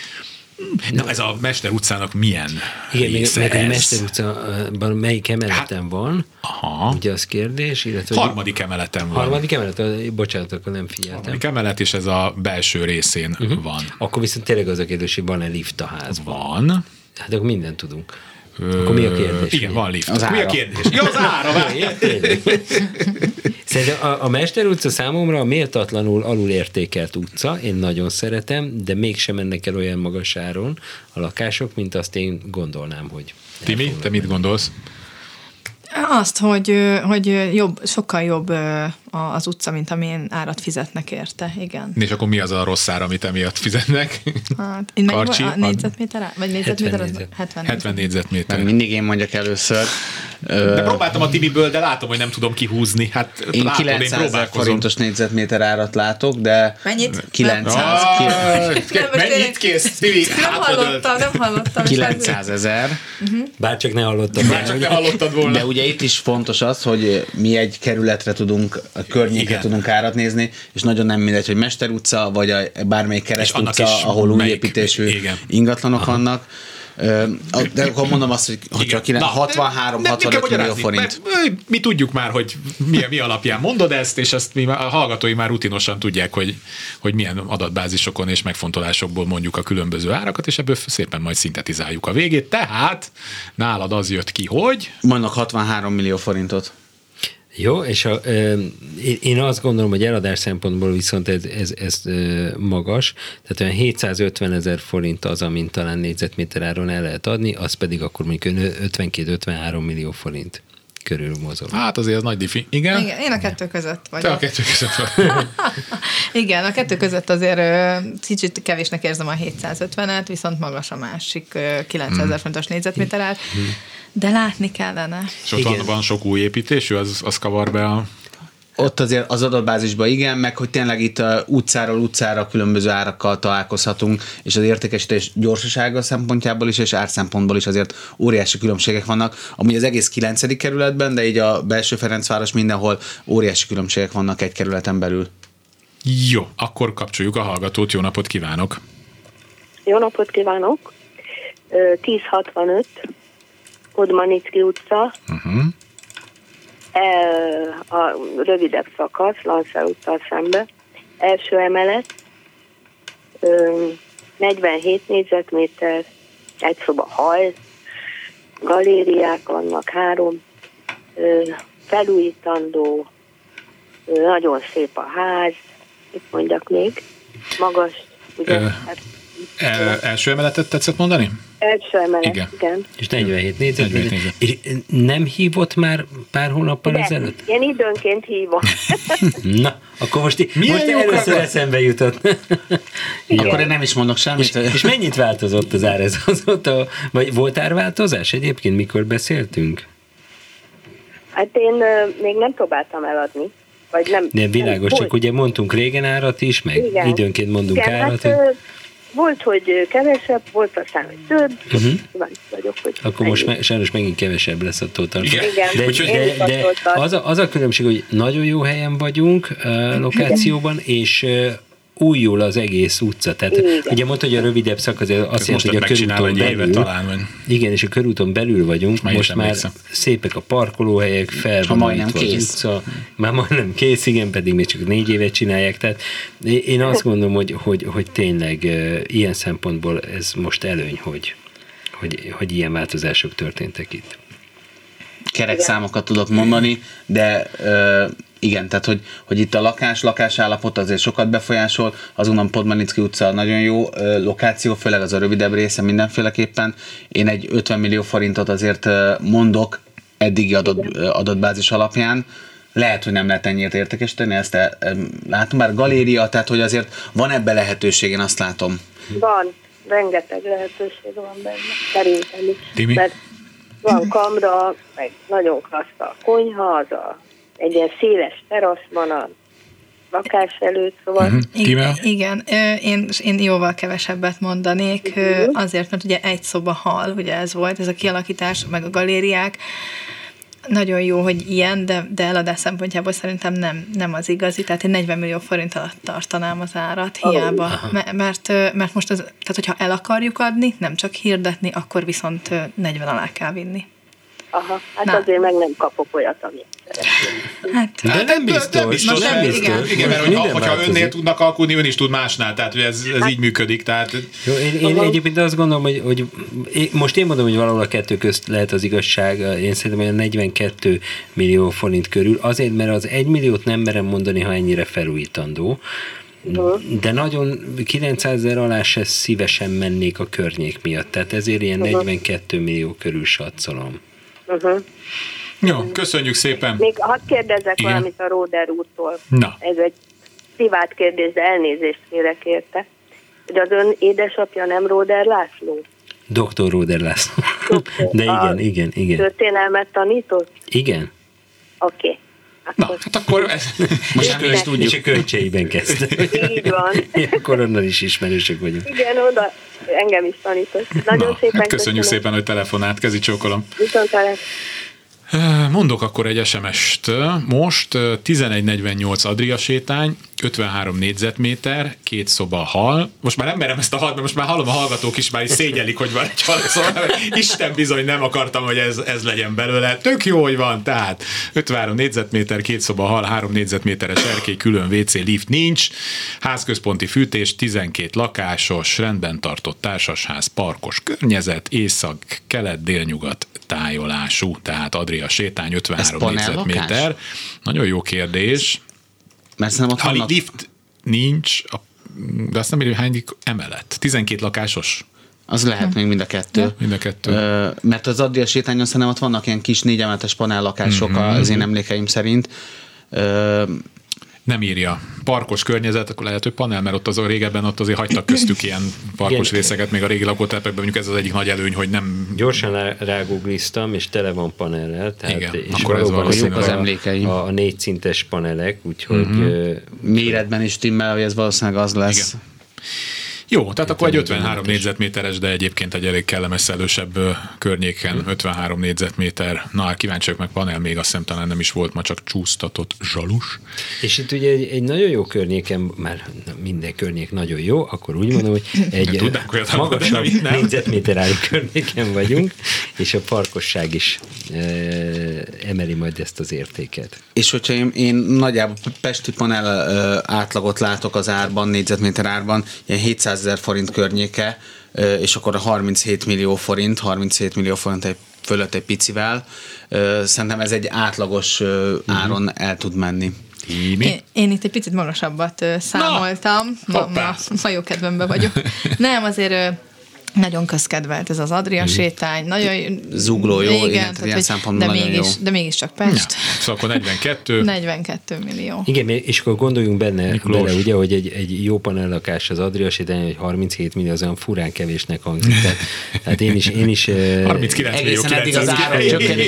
Na ez a Mester utcának milyen igen, része meg, meg ez? a Mester utcában melyik emeleten hát, van? Aha. Ugye az kérdés. Illetve, harmadik emeleten van. Harmadik emelet, bocsánat, akkor nem figyeltem. Harmadik emelet, és ez a belső részén uh-huh. van. Akkor viszont tényleg az a kérdés, hogy van-e lift a házban? Van. Hát akkor mindent tudunk. Akkor mi a kérdés? Igen, van lift. Az mi a kérdés? Ja, az ára! Szerintem a, a Mester utca számomra a méltatlanul alulértékelt utca, én nagyon szeretem, de mégsem mennek el olyan magas áron a lakások, mint azt én gondolnám, hogy... Timi, te mit gondolsz? Azt, hogy, hogy jobb, sokkal jobb az utca, mint amilyen árat fizetnek érte, igen. És akkor mi az a rossz ár, amit emiatt fizetnek? Hát, én Karcsi, a négyzetméter? Vagy négyzetméter? hetven, hetven, hetven négyzetméter. Meg mindig én mondjak először. De próbáltam a Timiből, de látom, hogy nem tudom kihúzni. Hát én látom, kilencszázezer forintos négyzetméter árat látok, de... Mennyit? kilencszáz. Mennyit kész? Timi, nem hallottam, nem hallottam. kilencszázezer. Bárcsak ne hallottad. Bárcsak ne hallottad volna. De ugye itt is fontos az, hogy mi egy kerületre tudunk, a környékre tudunk árat nézni, és nagyon nem mindegy, hogy Mester utca, vagy a bármelyik Kereszt utca, ahol új építésű ingatlanok Aha. vannak. De akkor mondom azt, hogy, hogy csak hatvanhárom hatvanöt millió forint. Mi tudjuk már, hogy mi, mi alapján mondod ezt, és ezt mi, a hallgatói már rutinosan tudják, hogy, hogy milyen adatbázisokon és megfontolásokból mondjuk a különböző árakat, és ebből szépen majd szintetizáljuk a végét. Tehát nálad az jött ki, hogy... Mondok hatvanhárom millió forintot. Jó, és a, ö, én azt gondolom, hogy eladás szempontból viszont ez, ez, ez ö, magas, tehát olyan hétszázötven ezer forint az, amint talán négyzetméter áron el lehet adni, az pedig akkor mondjuk ötvenkét-ötvenhárom millió forint körül mozog. Hát azért az nagy diffi. Igen? Igen, én a kettő között vagyok. Te a kettő között vagy. Igen, a kettő között azért ö, kicsit kevésnek érzem a hétszázötvenet, viszont magas a másik kilencszázezer forintos négyzetméter ár. De látni kellene. És ott van, van sok új építésű, az, az kavar be a... Ott azért az adatbázisban igen, meg hogy tényleg itt utcáról utcára különböző árakkal találkozhatunk, és az értékesítés gyorsasága szempontjából is, és árszempontból is azért óriási különbségek vannak. Amúgy az egész kilencedik kerületben, de így a belső Ferencváros mindenhol óriási különbségek vannak egy kerületen belül. Jó, akkor kapcsoljuk a hallgatót. Jó napot kívánok! Jó napot kívánok! tíz hatvanöt Kodmanicki utca, uh-huh. a rövidebb szakasz, Lanszer utccal szembe, első emelet, negyvenhét négyzetméter, egy szoba hal, galériák vannak, három, felújítandó, nagyon szép a ház, itt mondjak még, magas, ugye? Ö, el, első emeletet tetszett mondani? Első emelet, igen. igen. És negyvenhét négyzetméter. És nem hívott már pár hónappal de, ezelőtt? Én időnként hívom. Na, akkor most, most először eszembe jutott. Akkor én nem is mondok semmit. És, és mennyit változott az ár? Ez azóta, vagy volt árváltozás egyébként, mikor beszéltünk? Hát én uh, még nem próbáltam eladni. Vagy nem. De világos, nem, csak volt. Ugye mondtunk régen árat is, meg igen. időnként mondunk igen, árat. Hát, hogy... Volt, hogy kevesebb, volt aztán, hogy több. Uh-huh. Vagyok, hogy akkor most me- sajnos megint kevesebb lesz a total. Igen. De, de, de, de az, a, az a különbség, hogy nagyon jó helyen vagyunk uh, lokációban, igen. és uh, újul az egész utca. Tehát igen. ugye mondta, hogy a rövidebb szakasz, azt jelenti, hogy a körúton belül, talán, vagy... igen, és a körúton belül vagyunk, most, most már emlékszem. Szépek a parkolóhelyek, fel van majdnem az utca, már majdnem kész, igen, pedig még csak négy évet csinálják, tehát én azt gondolom, hogy, hogy, hogy tényleg uh, ilyen szempontból ez most előny, hogy, hogy, hogy ilyen változások történtek itt. Kerek számokat tudok mondani, de uh, igen, tehát hogy, hogy itt a lakás, lakásállapot azért sokat befolyásol, azonban Podmanicki utca nagyon jó ö, lokáció, főleg az a rövidebb része mindenféleképpen. Én egy ötven millió forintot azért mondok eddigi adat, adatbázis alapján. Lehet, hogy nem lehet ennyit értékesíteni, ezt e, e, látom, bár galéria, tehát hogy azért van ebbe lehetőség, én azt látom. Van, rengeteg lehetőség van benne, szerintem is. Timi? Mert van kamra, meg nagyon klassz a konyha, az a egy ilyen széles terasz van a lakás előtt, szóval... Uh-huh. Igen, igen. Én, én jóval kevesebbet mondanék, uh-huh. azért, mert ugye egy szoba hal, ugye ez volt, ez a kialakítás, meg a galériák. Nagyon jó, hogy ilyen, de, de eladás szempontjából szerintem nem, nem az igazi, tehát én negyven millió forint alatt tartanám az árat, hiába. Uh-huh. Mert, mert most, az, tehát hogyha el akarjuk adni, nem csak hirdetni, akkor viszont negyven alá kell vinni. Aha, hát Na. azért meg nem kapok olyat, amit Hát, de nem biztos. Nem biztos, nem biztos. Igen, igen, mert hogyha, hogyha önnél tudnak alkudni, ön is tud másnál, tehát ez, ez hát. így működik. Tehát... Jó, én, én egyébként azt gondolom, hogy, hogy én, most én mondom, hogy valahol a kettő közt lehet az igazság, én szerintem olyan negyvenkét millió forint körül, azért, mert az egy milliót nem merem mondani, ha ennyire felújítandó, de nagyon kilencszázezer alá se szívesen mennék a környék miatt, tehát ezért ilyen uh-huh. negyvenkét millió körül satszolom. Uh-huh. Jó, köszönjük szépen. Még hadd kérdezzek Igen. valamit a Róder úrtól. Na. Ez egy privát kérdés, de elnézést kérek érte. Hogy az ön édesapja nem Róder László? doktor Róder László. Doktor. De igen, a igen, igen. Történelmet tanított? Igen. Oké. Okay. Na, hát akkor ez, most is tudjuk. És a Kölcseiben kezdte. Így van. Akkor onnan is ismerősök vagyunk. Igen, oda engem is tanított. Nagyon Na, szépen hát köszönjük köszönöm. szépen, hogy telefonált. Kezi csókolom. Viszontlátásra. Mondok akkor egy es em est. Most tizenegy negyvennyolc Adria sétány, ötvenhárom négyzetméter, két szoba hal. Most már nem merem ezt a hal, mert most már hallom, a hallgatók is már is szégyelik, hogy van egy hal. Szóval Isten bizony nem akartam, hogy ez, ez legyen belőle. Tök jó, hogy van. Tehát ötvenhárom négyzetméter, két szoba hal, három négyzetméteres erkély, külön vé cé, lift nincs, házközponti fűtés, tizenkét lakásos, rendben tartott társasház, parkos környezet, észak, kelet, délnyugat tájolású, tehát Adria sétány, ötvenhárom négyzetméter. Nagyon jó kérdés. Mert szerintem ott Ha vannak... lift nincs, de azt nem érjük, hány emelet? tizenkét lakásos? Az lehet hm. még mind a kettő. Ja. Mind a kettő. Ö, mert az Adria sétányon szerintem ott vannak ilyen kis négyemeletes panellakások mm-hmm. az én emlékeim szerint. Ö, nem írja. Parkos környezet, akkor lehet, hogy panel, mert ott az régebben ott azért hagytak köztük ilyen parkos igen. részeket, még a régi lakótelepekben, mondjuk ez az egyik nagy előny, hogy nem... Gyorsan rágoogliztam, és tele van panellel, tehát igen, és akkor ez jók az emlékeim. A, a négy szintes panelek, úgyhogy... Uh-huh. Méretben is timmel, hogy ez valószínűleg az lesz. Igen. Jó, tehát akkor egy ötvenhárom négyzetméteres, de egyébként egy elég kellemes, szellősebb környéken, ötvenhárom négyzetméter. Na, kíváncsiak meg panel, még azt hiszem talán nem is volt, ma csak csúsztatott zsalus. És itt ugye egy, egy nagyon jó környéken, már minden környék nagyon jó, akkor úgy mondom, hogy egy tudnánk, magasabb négyzetméter álló környéken vagyunk, és a parkosság is e, emeli majd ezt az értéket. És hogyha én, én nagyjából pesti panel ö, átlagot látok az árban, négyzetméter árban, ilyen hétszázezer forint környéke, ö, és akkor a harminchét millió forint, harminchét millió forint egy fölött egy picivel. Ö, szerintem ez egy átlagos ö, áron uh-huh. el tud menni. Én, én itt egy picit magasabbat ö, számoltam. Ma, ma, ma jó kedvemben vagyok. Nem, azért... Ö, nagyon közkedvelt ez az Adria sétány, nagyon zugló jó, igen, igen tehát, ilyen szempontból de nagyon mégis, jó. De mégiscsak Pest. Ja, szóval akkor negyvenkettő. negyvenkettő millió. Igen, és akkor gondoljunk benne, bele, ugye, hogy egy, egy jó panellakás az Adria sétány, hogy harminchét millió, az olyan furán kevésnek hangzik. Tehát, hát én is... Én is harminckilenc millió kilencszáz.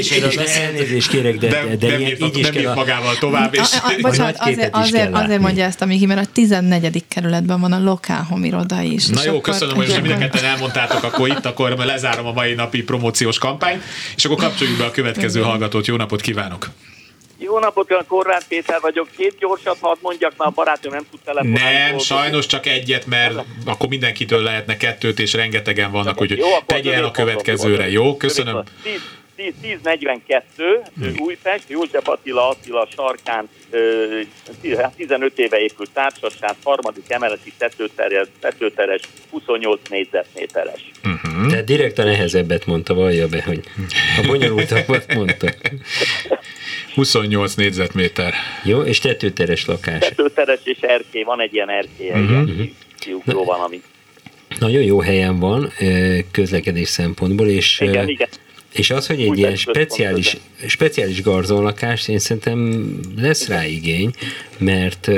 Elnézést kérek, de, de, de nem így írt, is nem kell a... magával tovább. És a, a, bocsánat, azért, azért, azért mondja ezt a Miki, mert a tizennegyedik kerületben van a Lokálhom iroda is. Na jó, köszönöm, hogy mindenketten elmondtátok, akkor itt akkor lezárom a mai napi promóciós kampányt, és akkor kapcsoljuk be a következő hallgatót. Jó napot kívánok! Jó napot, olyan Korrád Péter vagyok. Két gyorsat hadd mondjak, mert a barátom nem tud telefonálni. Nem, dolgozni. sajnos csak egyet, mert akkor mindenkitől lehetne kettőt, és rengetegen vannak, úgyhogy tegye el a következőre. Jó, köszönöm. tíz negyvenkettő Újpest, József Attila Attila sarkán tizenöt éve épült társasház, harmadik emeleti tetőteres, tetőteres huszonnyolc négyzetméteres. Uh-huh. Tehát direkt a nehezebbet mondta, vallja be, hogy a bonyolultabbat mondta. huszonnyolc négyzetméter. Jó, és tetőteres lakás. Tetőteres és erkély, van egy ilyen erkély, uh-huh. ilyen kiugró van, ami... Nagyon jó helyen van közlekedés szempontból, és... Igen, igen. És az, hogy egy úgy ilyen speciális, speciális garzonlakás, én szerintem lesz rá igény, mert,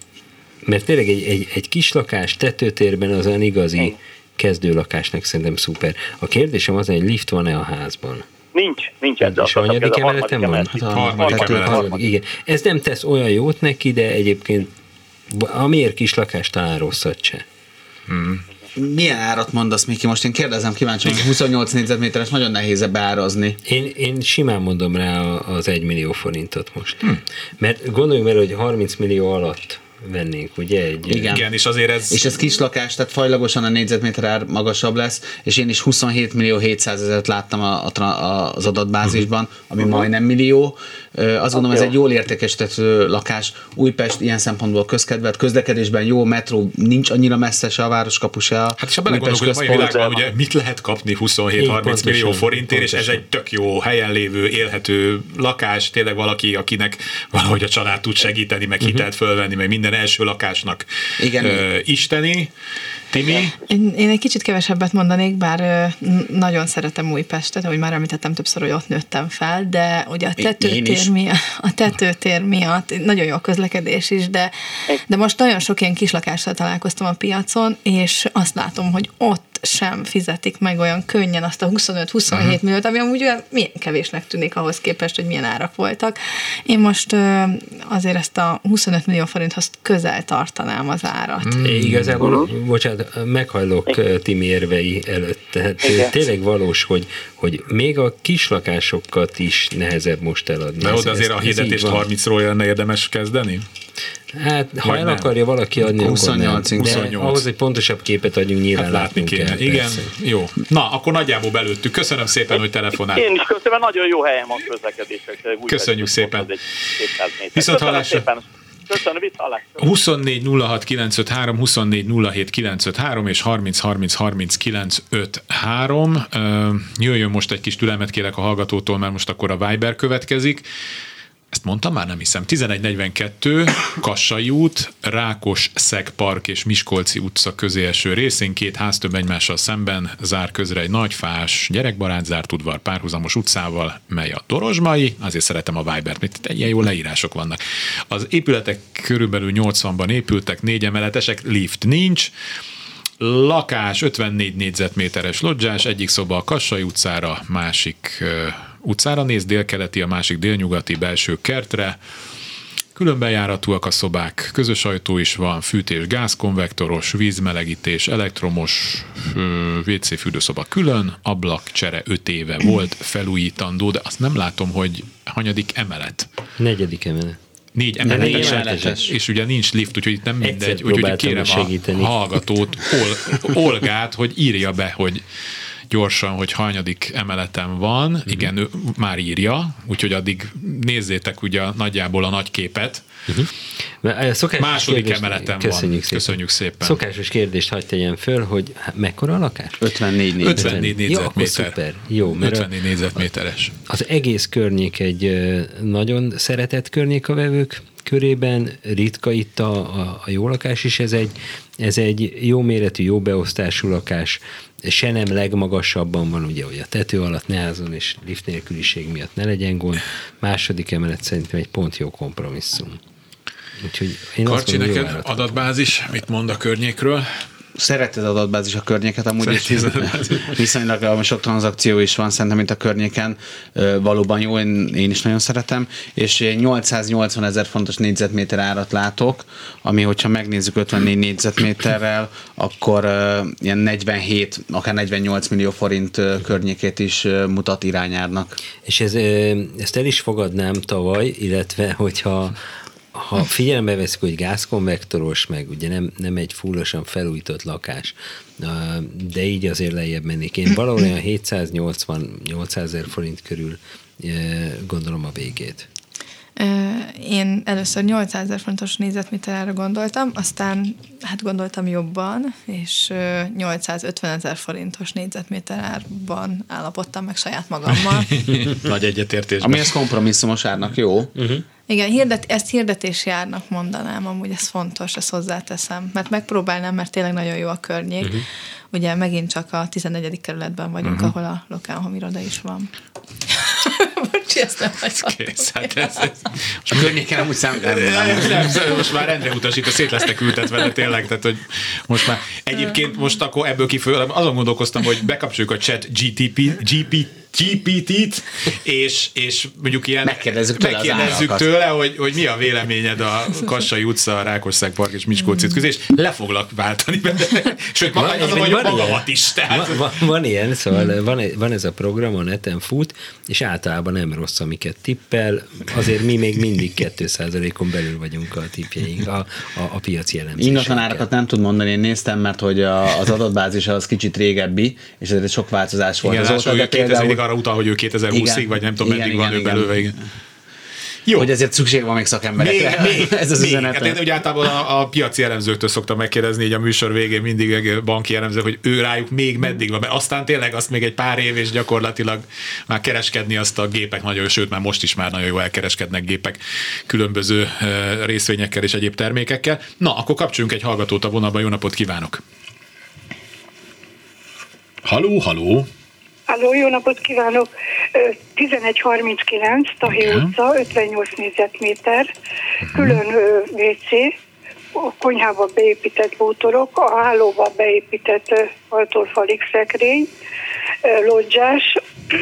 mert tényleg egy, egy, egy kis lakás tetőtérben az olyan igazi kezdőlakásnak szerintem szuper. A kérdésem az, hogy lift van-e a házban? Nincs, nincs ez a hanyadik emeleten van? A harmadik emeleten. Igen. Ez nem tesz olyan jót neki, de egyébként amiért kis lakás talán rosszat se. Hmm. Milyen árat mondasz, Miki? Most én kérdezem, kíváncsi, hogy huszonnyolc négyzetméteres nagyon nehéz beárazni. Én, én simán mondom rá az egy millió forintot most. Hm. Mert gondoljunk vele, hogy harminc millió alatt vennénk, ugye? Egy, igen. Igen, és azért ez... És ez kis lakás, tehát fajlagosan a négyzetméter ár magasabb lesz, és én is huszonhét millió hétszázezret láttam a, a, az adatbázisban, uh-huh. ami uh-huh. majdnem millió. Azt gondolom, ez egy jól értékesített lakás. Újpest ilyen szempontból közkedvelt, közlekedésben jó, metró nincs annyira messze se a városkapu se a Hát és ha belegondolunk, hogy a mai világban ugye mit lehet kapni huszonhét-harminc millió forintért, és ez egy tök jó helyen lévő, élhető lakás, tényleg valaki, akinek valahogy a család tud segíteni, meg hitelt fölvenni, meg minden első lakásnak igen. Ö, isteni. Timi? Én, én egy kicsit kevesebbet mondanék, bár ö, nagyon szeretem Újpestet, ahogy már említettem többször, hogy ott nőttem fel, de ugye a tetőtér miatt, a tetőtér miatt nagyon jó a közlekedés is, de, de most nagyon sok ilyen kislakással találkoztam a piacon, és azt látom, hogy ott sem fizetik meg olyan könnyen azt a huszonöt-huszonhét uh-huh. milliót, ami amúgy olyan milyen kevésnek tűnik ahhoz képest, hogy milyen árak voltak. Én most ö, azért ezt a huszonöt millió forinthoz közel tartanám az árat. Mm. Igazából, uh-huh. bocsánat, meghajlok Timi érvei előtt. Tehát igen. tényleg valós, hogy, hogy még a kislakásokat is nehezebb most eladni. De oda azért a hirdetést harmincról lenne érdemes kezdeni? Hát, ha Vagy el nem. akarja valaki adni, huszonnyolc, akkor nem. De huszonnyolc. ahhoz egy pontosabb képet adjunk, nyilván Hát látni látnunk kéne. kell. Igen, persze. jó. Na, akkor nagyjából belőttük. Köszönöm szépen, hogy telefonált. Én is köszönöm, nagyon jó helyen van közlekedések. Köszönjük szépen. Viszont Viszont hallásra. szépen. Köszönöm, viszont hallásra. huszonnégy nulla hat kilencszázötvenhárom, huszonnégy nulla hét kilencszázötvenhárom és harminc harminc harminc kilencszázötvenhárom. Jöjjön most egy kis türelmet kérek a hallgatótól, mert most akkor a Viber következik. Ezt mondtam már, nem hiszem. tizenegy negyvenkettő, Kassai út, Rákos-Szeg Park és Miskolci utca közé eső részén, két háztömb egymással szemben zár közre egy nagy fás, gyerekbarát zárt udvar párhuzamos utcával, mely a Dorozsmai, azért szeretem a Vibert, mert itt ilyen jó leírások vannak. Az épületek körülbelül nyolcvanban épültek, négy emeletesek, lift nincs, lakás ötvennégy négyzetméteres lodzsás, egyik szoba a Kassai utcára, másik utcára néz, délkeleti, a másik délnyugati belső kertre. Különbejáratúak a szobák, közös ajtó is van, fűtés, gázkonvektoros, vízmelegítés, elektromos, vé cé fürdőszoba külön, ablakcsere öt éve volt, felújítandó, de azt nem látom, hogy hanyadik emelet. Negyedik emelet. Négy emeletes, emeletes. és ugye nincs lift, úgyhogy itt nem Egyszer mindegy, úgyhogy próbáltam kérem segíteni. a hallgatót, Ol, Olgát, hogy írja be, hogy gyorsan, hogy hanyadik emeleten van. Uh-huh. Igen, ő már írja, úgyhogy addig nézzétek ugye nagyjából a nagy képet. Uh-huh. Második kérdést, emeleten köszönjük van. Szépen. Köszönjük szépen. Szokásos kérdést hadd tegyen föl, hogy mekkora a lakás? ötvennégy négy. ötvennégy Jó, akkor négyzetméter. szuper. Jó, mert ötvennégy négyzetméteres. az egész környék egy ö, nagyon szeretett környék a vevők körében, ritka itt a, a, a jó lakás is, ez egy, ez egy jó méretű, jó beosztású lakás, se nem legmagasabban van, ugye, hogy a tető alatt ne házon és lift nélküliség miatt ne legyen gond. Második emelet szerintem egy pont jó kompromisszum. Úgyhogy én azt Karcsi, mondom, jó neked árat. adatbázis, mit mond a környékről? Szereted adatbázis a környéket, amúgy is viszonylag sok tranzakció is van szerintem, mint a környéken. Valóban jó, én, én is nagyon szeretem, és nyolcszáznyolcvan ezer fontos négyzetméter árat látok, ami, hogyha megnézzük ötvennégy négyzetméterrel, akkor uh, ilyen negyvenhét, akár negyvennyolc millió forint uh, környékét is uh, mutat irányárnak. És ez, ö, ezt el is fogadnám tavaly, illetve hogyha ha figyelembe veszik, hogy gázkonvektoros, meg ugye nem, nem egy fullosan felújított lakás, de így azért lejjebb mennék. Én valahol olyan hétszáznyolcvan-nyolcszázezer forint körül gondolom a végét. Én először nyolcszázezer forintos négyzetméterre gondoltam, aztán hát gondoltam jobban, és nyolcszázötvenezer forintos négyzetméter árban állapodtam meg saját magammal. Nagy egyetértésben. Ami ez kompromisszumos árnak jó. Uh-huh. Igen, hirdet, ezt hirdetési árnak mondanám, amúgy ez fontos, ezt hozzáteszem, mert megpróbálnám, mert tényleg nagyon jó a környék. Uh-huh. Ugye megint csak a tizennegyedik kerületben vagyunk, uh-huh. ahol a Lokálhome iroda is van. Bocsi, ezt nem Kész, hát ez, ez. A környéken amúgy számít. Nem, nem, nem, most már rendre utasít, a szét lesznek ültetve, tényleg, tehát, hogy most már egyébként most akkor ebből kifőle, azon gondolkoztam, hogy bekapcsoljuk a chat gé té pé, gé pé, gé pé té-t, és, és mondjuk ilyen megkérdezzük tőle, megkérdezzük tőle hogy, hogy mi a véleményed a Kassai utca, a Rákos-Szeg Park és Miskolci közé, és le foglak váltani benne. Sőt, maga, az a vagyok magamat is. Tehát. Van, van, van ilyen, szóval van, van ez a program, a neten fut, és általában nem rossz, amiket tippel, azért mi még mindig két százalékon belül vagyunk a tippjeink, a, a, a piaci elemzésekkel. Ingatlan árakat nem tud mondani, én néztem, mert hogy a, az adatbázis az kicsit régebbi, és ezért sok változás volt. Igen, azóta, de például arra utal, hogy ő kétezer-húszig, vagy nem tudom, igen, meddig van igen, ő belőle. Igen. Jó. Hogy ezért szükség van még szakemberekre. Még, még, ez az még. üzenet. Hát én ugye általában a, a piaci elemzőktől szoktam megkérdezni, így a műsor végén mindig banki elemző, hogy ő rájuk még meddig van, mert aztán tényleg azt még egy pár év, és gyakorlatilag már kereskedni azt a gépek nagyon, sőt már most is már nagyon jól elkereskednek gépek különböző részvényekkel és egyéb termékekkel. Na, akkor kapcsoljunk egy hallgatót a vonalba, jó napot kívánok! Haló, haló! Halló, jó napot kívánok! tizenegy harminckilenc, Tahé okay. utca, ötvennyolc négyzetméter, külön vé cé, a konyhába beépített bútorok, a hálóba beépített ajtófalik szekrény, lodzsás,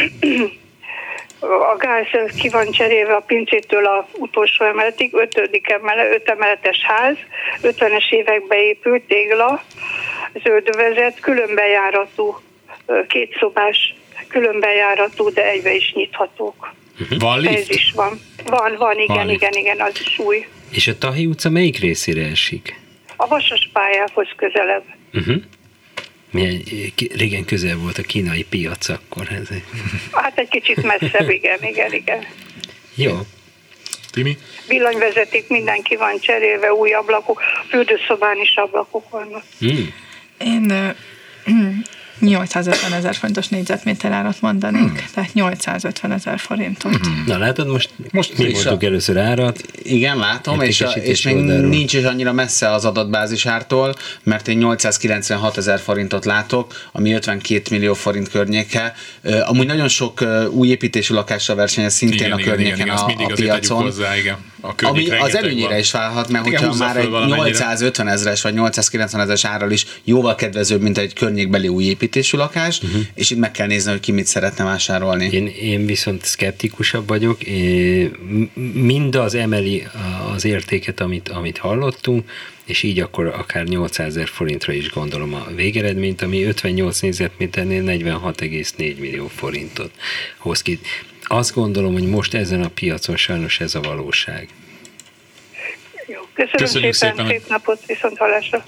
a gáz ki van cserélve a pincétől a utolsó emeletig, ötödik emelet, öt emeletes ház, ötvenes években épült tégla, zöldövezet, különbejáratú, kétszobás, különbejáratú, de egybe is nyithatók. Van lift? Ez is van. Van, van, igen, Van igen, igen, az is új. És a Tahi utca melyik részére esik? A Vasas pályához közelebb. Uh-huh. Milyen, régen közel volt a kínai piac akkor. Ez. Hát egy kicsit messzebb, igen, igen, igen. Jó. Timi? Villanyvezeték, mindenki van cserélve, új ablakok, fürdőszobán is ablakok vannak. Hmm. Én nyolcszázötven ezer forintos négyzetméter árat mondanék, hmm. tehát nyolcszázötven ezer forintot. Hmm. Na látod, most, most mi mondtuk a... először árat. Igen, látom, és, a, és még oldalról. Nincs is annyira messze az adatbázisártól, mert én nyolcszázkilencvenhat ezer forintot látok, ami ötvenkét millió forint környéke. Uh, amúgy nagyon sok uh, új építésű lakással versenyez szintén igen, a igen, környéken igen, a, mindig a piacon. Hozzá, igen. Ami az előnyére van. Is válhat, mert igen, hogyha már egy nyolcszázötven ezres vagy nyolcszázkilencven ezeres árral is jóval kedvezőbb, mint egy környékbeli új építésű lakás, uh-huh. és itt meg kell nézni, hogy ki mit szeretne vásárolni. Én, én viszont szkeptikusabb vagyok, én, mindaz emeli az értéket, amit, amit hallottunk, és így akkor akár nyolcszázezer forintra is gondolom a végeredményt, ami ötvennyolc négyzetméternél negyvenhat egész négy millió forintot hoz ki. Azt gondolom, hogy most ezen a piacon sajnos ez a valóság. Jó, köszönöm Köszönjük szépen, szépen, szép napot, viszont hallásra.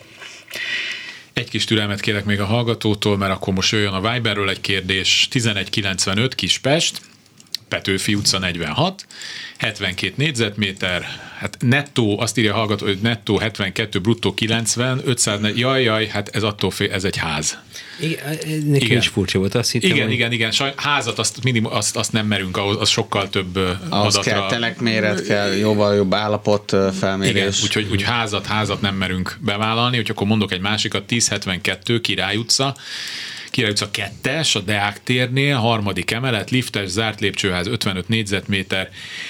Egy kis türelmet kérek még a hallgatótól, mert akkor most jöjjön a Viberről egy kérdés. tizenegy kilencvenöt Kispest, Petőfi utca negyvenhat, hetvenkét négyzetméter, hát nettó, azt írja a hallgató, hogy nettó hetvenkettő, bruttó kilencven, ötszáz, jaj, jaj, hát ez attól fél, ez egy ház. Igen, nekem igen. is furcsa volt, azt hittem, Igen, hogy... igen, igen, Saj, házat azt, minimum, azt, azt nem merünk, ahhoz, az sokkal több ahhoz adatra. Kell telekméret, kell jóval jobb állapot felmérés. Igen, úgyhogy úgy házat, házat nem merünk bevállalni, úgyhogy akkor mondok egy másikat, tíz hetvenkettő Király utca, Király utca kettes, a Deák térnél, harmadik emelet, liftes, zárt lépcsőház, ötvenöt négyzetméter,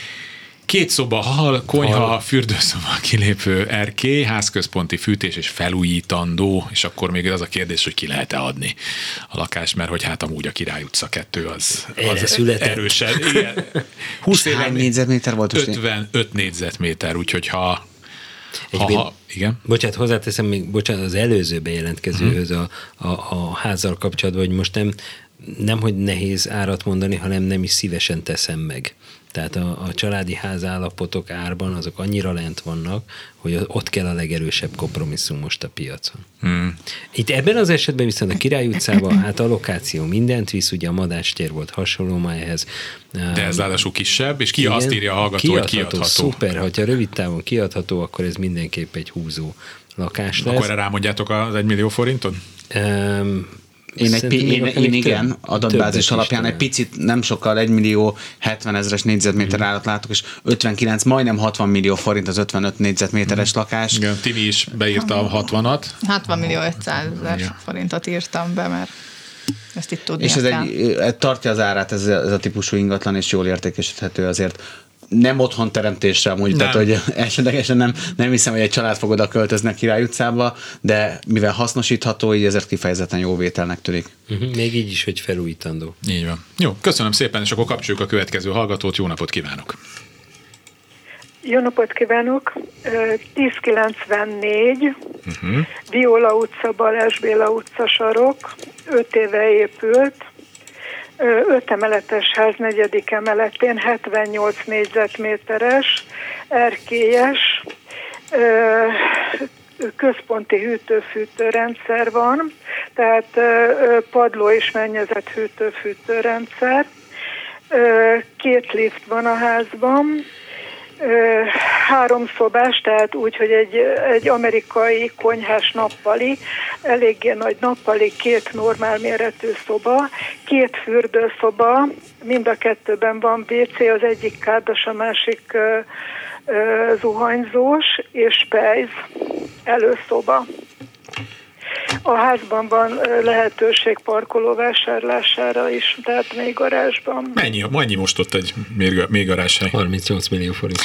két szoba, hal, konyha, hal. Fürdőszoba, kilépő erkély, házközponti fűtés és felújítandó, és akkor még az a kérdés, hogy ki lehet-e adni a lakást, mert hogy hát amúgy a Király utca kettő az, az erősen. Igen. húsz Hány négyzetméter volt? ötvenöt négyzetméter, úgyhogy ha Egy ha, igen. Bocsánat, hozzáteszem még, bocsánat, az előző bejelentkezőhöz a, a, a házzal kapcsolatban, hogy most nem, nem, hogy nehéz árat mondani, hanem nem is szívesen teszem meg. Tehát a, a családi házállapotok árban azok annyira lent vannak, hogy ott kell a legerősebb kompromisszum most a piacon. Hmm. Itt ebben az esetben viszont a Király utcában, hát a lokáció mindent visz, ugye a Madács tér volt hasonló ma ehhez. De ez ráadásul kisebb, és ki igen, azt írja a hallgató, kiadható, hogy kiadható. Szuper, ha rövid távon kiadható, akkor ez mindenképp egy húzó lakás lesz. Akkor erre rámondjátok az egy millió forinton? Um, Én, egy, én, én igen, több, adatbázis alapján egy picit, nem sokkal egy millió hetven ezres négyzetméter árat látok, és ötvenkilenc, majdnem hatvan millió forint az ötvenöt négyzetméteres mm. lakás. Igen, Timi is beírta a hatvanat. hatvan millió ötszázezer forintot írtam be, mert ezt itt tudni és ez egy, tartja az árát ez a, ez a típusú ingatlan, és jól értékesíthető azért. Nem otthon teremtésre amúgy, tehát hogy esetlegesen nem, nem hiszem, hogy egy család fog oda költözni Király utcába, de mivel hasznosítható, így ezért kifejezetten jó vételnek tűnik. Uh-huh. Még így is, hogy felújítandó. Így van. Jó, köszönöm szépen, és akkor kapcsoljuk a következő hallgatót. Jó napot kívánok! Jó napot kívánok! tíz kilencvennégy uh-huh. Viola utca, Balázs Béla utca sarok, öt éve épült, öt emeletes ház negyedik emeletén, hetvennyolc négyzetméteres, erkélyes, központi hűtő-fűtőrendszer van, tehát padló és mennyezet hűtő-fűtőrendszer, két lift van a házban, három szobás, tehát úgy, hogy egy, egy amerikai konyhás nappali, eléggé nagy nappali, két normál méretű szoba, két fürdőszoba, mind a kettőben van vé cé, az egyik kárdas, a másik uh, uh, zuhanyzós, és pejz, előszoba. A házban van lehetőség parkoló vásárlására is, tehát még garázsban. Mennyi, mennyi most ott egy mélygarázshely? harmincnyolc millió forint.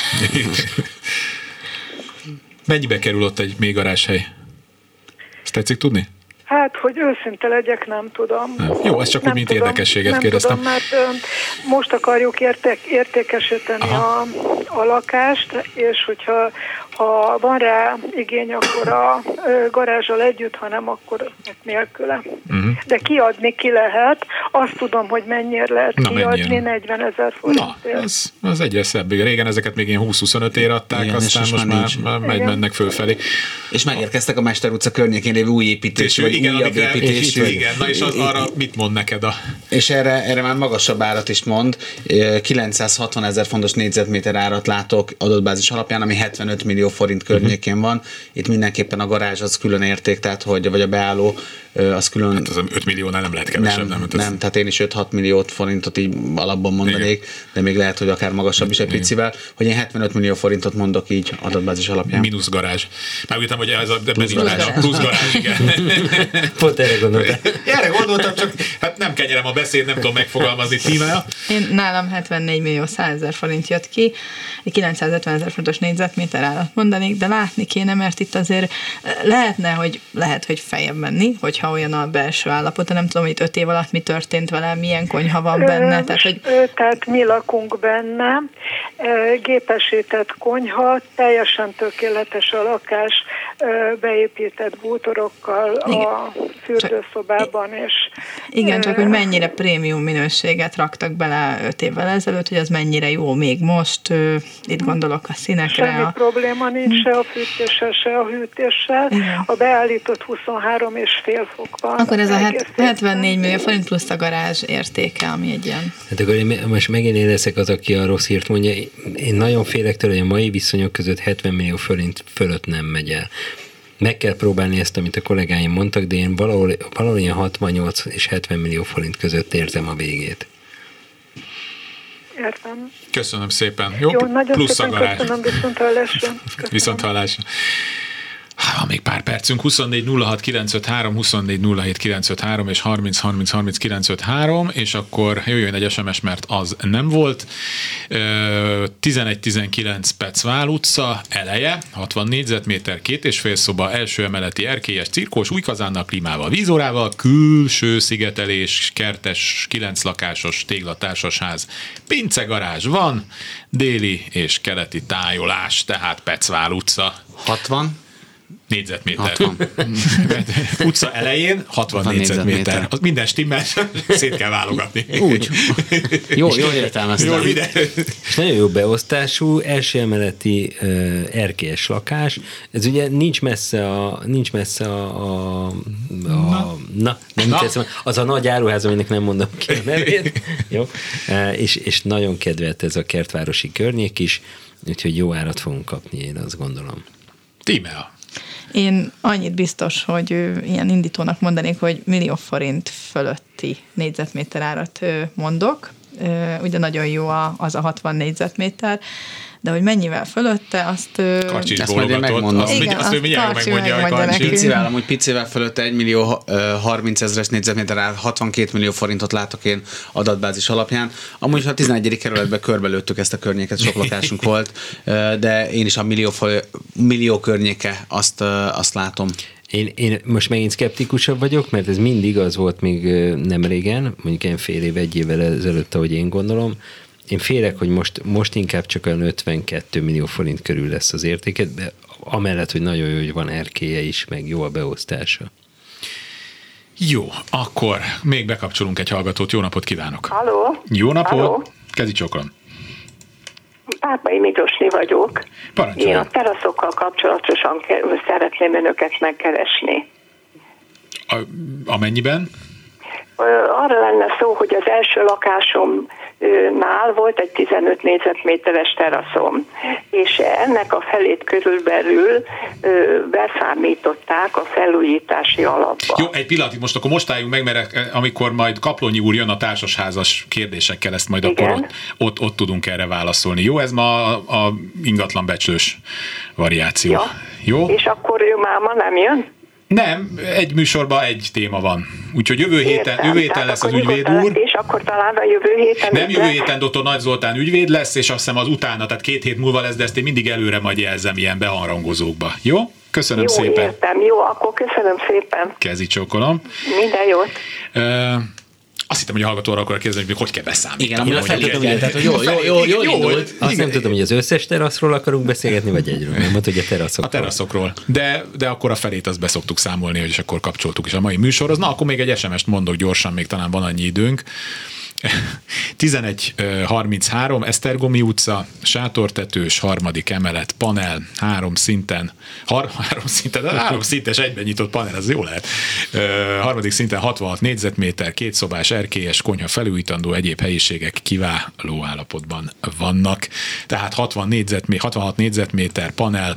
Mennyibe kerül ott egy mélygarázshely? Ezt tetszik tudni? Hát, hogy őszinte legyek, nem tudom. Nem. Jó, ez csak úgy, mint tudom, érdekességet nem kérdeztem. Tudom, mert ö, most akarjuk érték, értékesíteni a, a lakást, és hogyha ha van rá igény, akkor a ö, garázsal együtt, ha nem, akkor nélküle. Uh-huh. De kiadni ki lehet, azt tudom, hogy mennyire lehet Na, kiadni, mennyire? negyvenezer forintért. Na, ez, az egyre szebb. Régen ezeket még ilyen húsz-huszonöt ér adták, igen, aztán most már, már megy, mennek fölfelé. És megérkeztek a Mester utca környékén lévő új építésű, vagy igen, újabb építésű. Igen, na és az, arra mit mond neked a... És erre, erre már magasabb árat is mond. kilencszázhatvan ezer fontos négyzetméter árat látok adatbázis alapján, ami hetvenöt millió forint környékén uh-huh. van. Itt mindenképpen a garázs az külön érték, tehát hogy, vagy a beálló az külön... Hát az öt milliónál nem lehet kevesebb. Nem, nem, nem tehát én is öt-hat milliót forintot így alapban mondanék, igen. De még lehet, hogy akár magasabb is egy igen. picivel, hogy én hetvenöt millió forintot mondok így adatbázis alapján. Minusz garázs. Megütem, hogy ez a plusz garázs. Plusz garázs, igen. Pont erre gondoltam. Erre gondoltam, csak hát nem kenyerem a beszéd, nem tudom megfogalmazni, Tímea. Én nálam hetvennégy millió százezer forint jött ki, kilencszázötven ezer fontos négyzetméter árat mondanék, de látni kéne, mert itt azért lehetne, hogy lehet, hogy feljebb menni, hogyha olyan a belső állapota, nem tudom, hogy itt öt év alatt mi történt vele, milyen konyha van benne. Ö, tehát, hogy... tehát mi lakunk benne, gépesített konyha, teljesen tökéletes a lakás, beépített bútorokkal a fürdőszobában, és... Igen, csak hogy mennyire prémium minőséget raktak bele öt évvel ezelőtt, hogy az mennyire jó még most, itt gondolok a színekre. Semmi a... probléma nincs se a fűtéssel, se a hűtéssel. Igen. A beállított huszonhárom és fél fok van. Akkor ez a hetvennégy millió forint plusz a garázs értéke, ami egy ilyen... Hát akkor én most megint én leszek az, aki a rossz hírt mondja. Én nagyon félek tőle, hogy a mai viszonyok között hetven millió forint fölött nem megy el. Meg kell próbálni ezt, amit a kollégáim mondtak, de én valahol, valahol ilyen hatvannyolc és hetven millió forint között érzem a végét. Értem. Köszönöm szépen. Jó, Jó nagyon plusz szépen a garázs. köszönöm, viszont hallásra. Viszont hallásra. Ha még pár percünk, huszonnégy nulla hat kilencszázötvenhárom, huszonnégy nulla hét kilencszázötvenhárom és harminc harminc harminc kilencszázötvenhárom, és akkor jöjjön egy es em es, mert az nem volt. tizenegy tizenkilenc Pecvál utca, eleje, hatvan négyzetméter, két és fél szoba, első emeleti erkélyes cirkós, új kazánnal, klímával, vízórával, külső szigetelés, kertes, kilenc lakásos téglatársasház, pincegarázs van, déli és keleti tájolás, tehát Pecvál utca. hatvan négyzetméter. hatvan Utca elején hatvan négyzetméter. Az minden stimmel, szét kell válogatni. Úgy. Jó, jól értelmeztem. Jól ide. És nagyon jó beosztású, első emeleti uh, erkélyes lakás. Ez ugye nincs messze a, nincs messze a, a, a na, na, nem na. Teszem, az a nagy áruház, aminek nem mondom ki a nevét. Jó. Uh, és, és nagyon kedvelt ez a kertvárosi környék is, úgyhogy jó árat fogunk kapni, én azt gondolom. Tímea. Én annyit biztos, hogy ilyen indítónak mondanék, hogy millió forint fölötti négyzetméter árat mondok. Ugye nagyon jó az a hatvan négyzetméter, de hogy mennyivel fölötte, azt... Karcsi is bólogatott. Azt, igen, azt, azt ő mindjárt megmondja, megmondja a Karcsi. Picivel, amúgy picivel fölötte egy millió harminc ezres négyzetméter áll, hatvankét millió forintot látok én adatbázis alapján. Amúgy a tizenegyedik kerületben körbelőttük ezt a környéket, sok lakásunk volt, de én is a millió, millió környéke azt, azt látom. Én, én most megint szkeptikusabb vagyok, mert ez mindig az volt még nem régen, mondjuk ilyen fél év, egy évvel ezelőtt, ahogy én gondolom. Én félek, hogy most, most inkább csak olyan ötvenkettő millió forint körül lesz az értéket, de amellett, hogy nagyon jó, hogy van erkélye is, meg jó a beosztása. Jó, akkor még bekapcsolunk egy hallgatót. Jó napot kívánok! Halló! Jó napot! Halló. Kezi csokon! Pápai Miklósné vagyok. Parancsoljon. Én a teraszokkal kapcsolatosan szeretném önöket megkeresni. A, amennyiben? Arra lenne szó, hogy az első lakásomnál volt egy tizenöt négyzetméteres teraszom, és ennek a felét körülbelül beszámították a felújítási alapba. Jó, egy pillanat, most akkor most álljunk meg, mert amikor majd Kaplonyi úr jön a társasházas kérdésekkel, ezt majd igen. akkor ott, ott, ott tudunk erre válaszolni. Jó, ez ma a, a ingatlan becslős variáció. Ja. Jó? És akkor ő már ma nem jön? Nem, egy műsorban egy téma van. Úgyhogy jövő héten, Értem, jövő héten tehát lesz az akkor ügyvéd nyugodtan úr. lesz, és akkor talán a jövő héten Nem is jövő lesz. héten doktor Nagy Zoltán ügyvéd lesz, és azt hiszem az utána, tehát két hét múlva lesz, de ezt én mindig előre majd jelzem ilyen beharangozókba. Jó? Köszönöm Jó, szépen. értem. Jó, akkor köszönöm szépen. Kezi csókolom. Minden jót. Uh, azt hittem, hogy a hallgató arra akar kérdezni, hogy hogy kell beszámítani. Igen, amire Mondjuk feltettem, egy- tehát, hogy jó, jó, jó, jó, Jó, indult. Azt nem tudom, hogy az összes teraszról akarunk beszélgetni, vagy egyről. Nem mondta, hogy a teraszokról. A teraszokról. De, de akkor a felét azt beszoktuk számolni, hogy és akkor kapcsoltuk is a mai műsorhoz. Na, akkor még egy es em est mondok gyorsan, még talán van annyi időnk. tizenegy harminchárom, Esztergomi utca, sátortetős, harmadik emelet, panel, három szinten, har, három szinten, három szintes egyben nyitott panel, az jó lehet. Ö, harmadik szinten hatvanhat négyzetméter, két szobás, erkélyes, konyha felújítandó, egyéb helyiségek kiváló állapotban vannak. Tehát hatvan négyzetméter, hatvanhat négyzetméter, panel,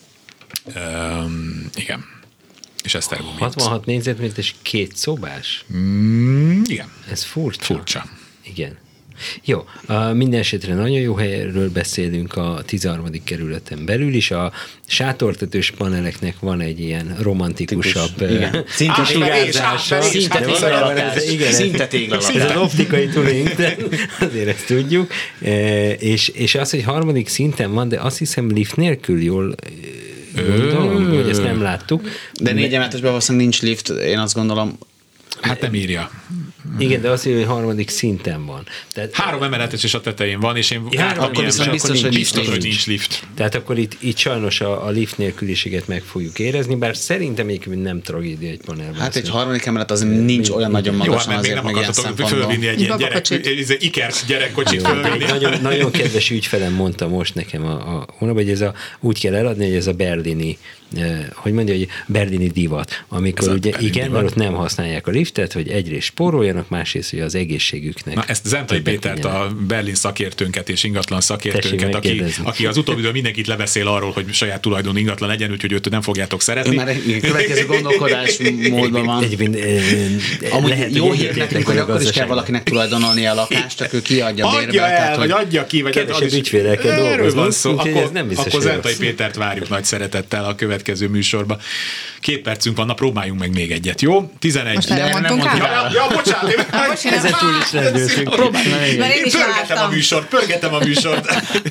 ö, igen. És Esztergomi utca. hatvanhat négyzetméter és két szobás? Mm, igen. Ez furcsa. Furcsa. Igen. Jó, uh, minden esetre nagyon jó helyről beszélünk a tizenharmadik kerületen belül is. A sátortetős paneleknek van egy ilyen romantikusabb Igen. Szinte Átverés, sugárzása. átverés, Szinte átverés. téglalakás. Ez- igen, ez- Szinte téglalakás. Ez az optikai tulink, de azért ezt tudjuk. E, és, és az, hogy harmadik szinten van, de azt hiszem lift nélkül jól e, gondolom, hogy ezt nem láttuk. De négy emeletesben valószínűleg nincs lift, én azt gondolom. Hát nem írja. Igen, de azt mondja, hogy harmadik szinten van. Tehát, Három emeletes is a tetején van, és én Ja, jártam akkor ilyen- viszont biztos, hogy biztos, nincs hogy lift. nincs lift. tehát akkor itt, itt sajnos a, a lift nélküliséget meg fogjuk érezni, bár szerintem egyébként nem tragédia egy panelben. Hát egy Szóval- harmadik emelet az nincs olyan nagyon Jó, hát magasan mert még azért nem meg ilyen akartatok szempontból. fölvinni egy ilyen gyerek, Babakocsit. ez egy Iker gyerekkocsit Jó, fölvinni. egy nagyon, nagyon kedves ügyfelem mondta most nekem a, a hónapban, hogy ez a, úgy kell eladni, hogy ez a berlini, eh, hogy mondja, hogy berlini divat, amikor Ez a ugye berlini igen, divat. mert ott nem használják a liftet, hogy egyrészt spóroljanak, másrészt, hogy az egészségüknek. Na, ezt Zentai többet Pétert, tegyenek. a Berlin szakértőnket és ingatlan Tessék szakértőnket, aki, megkérdezni. aki az utóbbi időben mindenkit lebeszél arról, hogy saját tulajdon ingatlan legyen, úgyhogy őt nem fogjátok Ő szeretni. már egy következő gondolkodásmódban van. Egyébként eh, Amúgy lehet, jó hogy hír egyetértek nekünk, hogy a akkor is kell gazdaságban. valakinek tulajdonolni a lakást, csak ő kiadja Adja bérbe. el, tehát, vagy hogy adja ki, vagy Kevesebb az is- ügyféllel kell Erről dolgozni, van szó. úgyhogy Akkor, ez nem biztos, akkor hogy Zentai rossz. Pétert várjuk nagy szeretettel a következő műsorba. Két percünk van, na próbáljunk meg még egyet, jó? tizenegy. Most erre nem mondtunk mondtuk át? Ja, ja, bocsánat, én Bocs, én nem- Ezen túl is lendültünk. próbálj meg. Mert én is Pörgetem a vártam. műsort, pörgetem a műsort.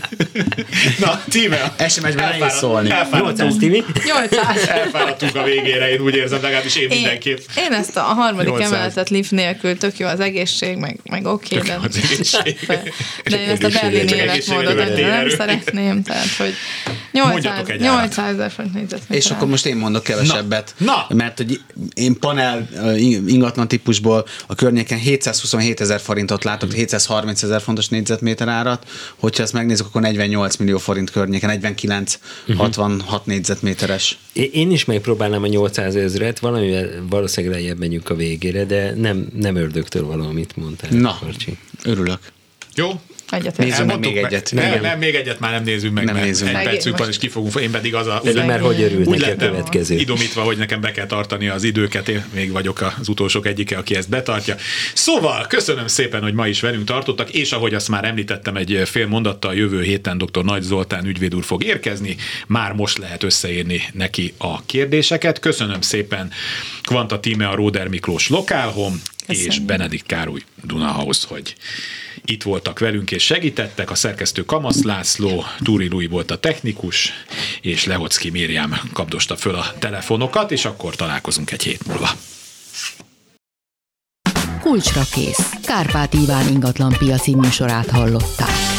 Na, tíme. es em es-ben nehéz szólni. nyolcszáz Timi? nyolcszáz. Elfáradtunk a végére, én úgy érzem, legalábbis én Én, mindenképp. én ezt a harmadik nyolcszáz. emeletet lift nélkül, tök jó az egészség, meg, meg oké, Tök de, jó az egészség. de én ezt a Egészségre, berlini csak egészségre életmódot vettél nem erő. szeretném, tehát hogy Mondjatok nyolcszáz egy árat. nyolcszázezer font négyzetméter. És akkor most én mondok kevesebbet. Na, na. Mert hogy én panel ö, ingatlan típusból a környéken hétszázhuszonhét ezer forintot látok, hétszázharminc ezer fontos négyzetméter árat. Hogyha ezt megnézzük, akkor negyvennyolc millió forint környéken, negyvenkilenc hatvanhat négyzetméteres. Én én is megpróbálnám a nyolcszáz ezret, valamivel valószínűleg lejjebb menjünk a végére, de nem, nem ördögtől való, amit mondtál. Na, Karcsi. örülök. Jó? Egyet Nézzük meg Elmondtuk még egyet. Nem, Igen. nem, még egyet már nem nézzünk meg, Nem mert nézzünk egy meg. percünk van, Most- és ki fogunk, én pedig az a... Pedig már hogy örült úgy neki a lettem következő. idomítva, hogy nekem be kell tartani az időket, én még vagyok az utolsók egyike, aki ezt betartja. Szóval, köszönöm szépen, hogy ma is velünk tartottak, és ahogy azt már említettem egy fél mondattal, jövő héten doktor Nagy Zoltán ügyvéd úr fog érkezni, már most lehet összeírni neki a kérdéseket. Köszönöm szépen Kvanta Tíme, a Róder Miklós Lokálhome, és Köszönöm. Benedikt Károly Dunahouse, hogy itt voltak velünk és segítettek, a szerkesztő Kamasz László, Túri Lui volt a technikus, és Lehocki Miriam kapdosta föl a telefonokat, és akkor találkozunk egy hét múlva. Kulcsra kész. Kárpát Iván ingatlan piaci műsorát hallották.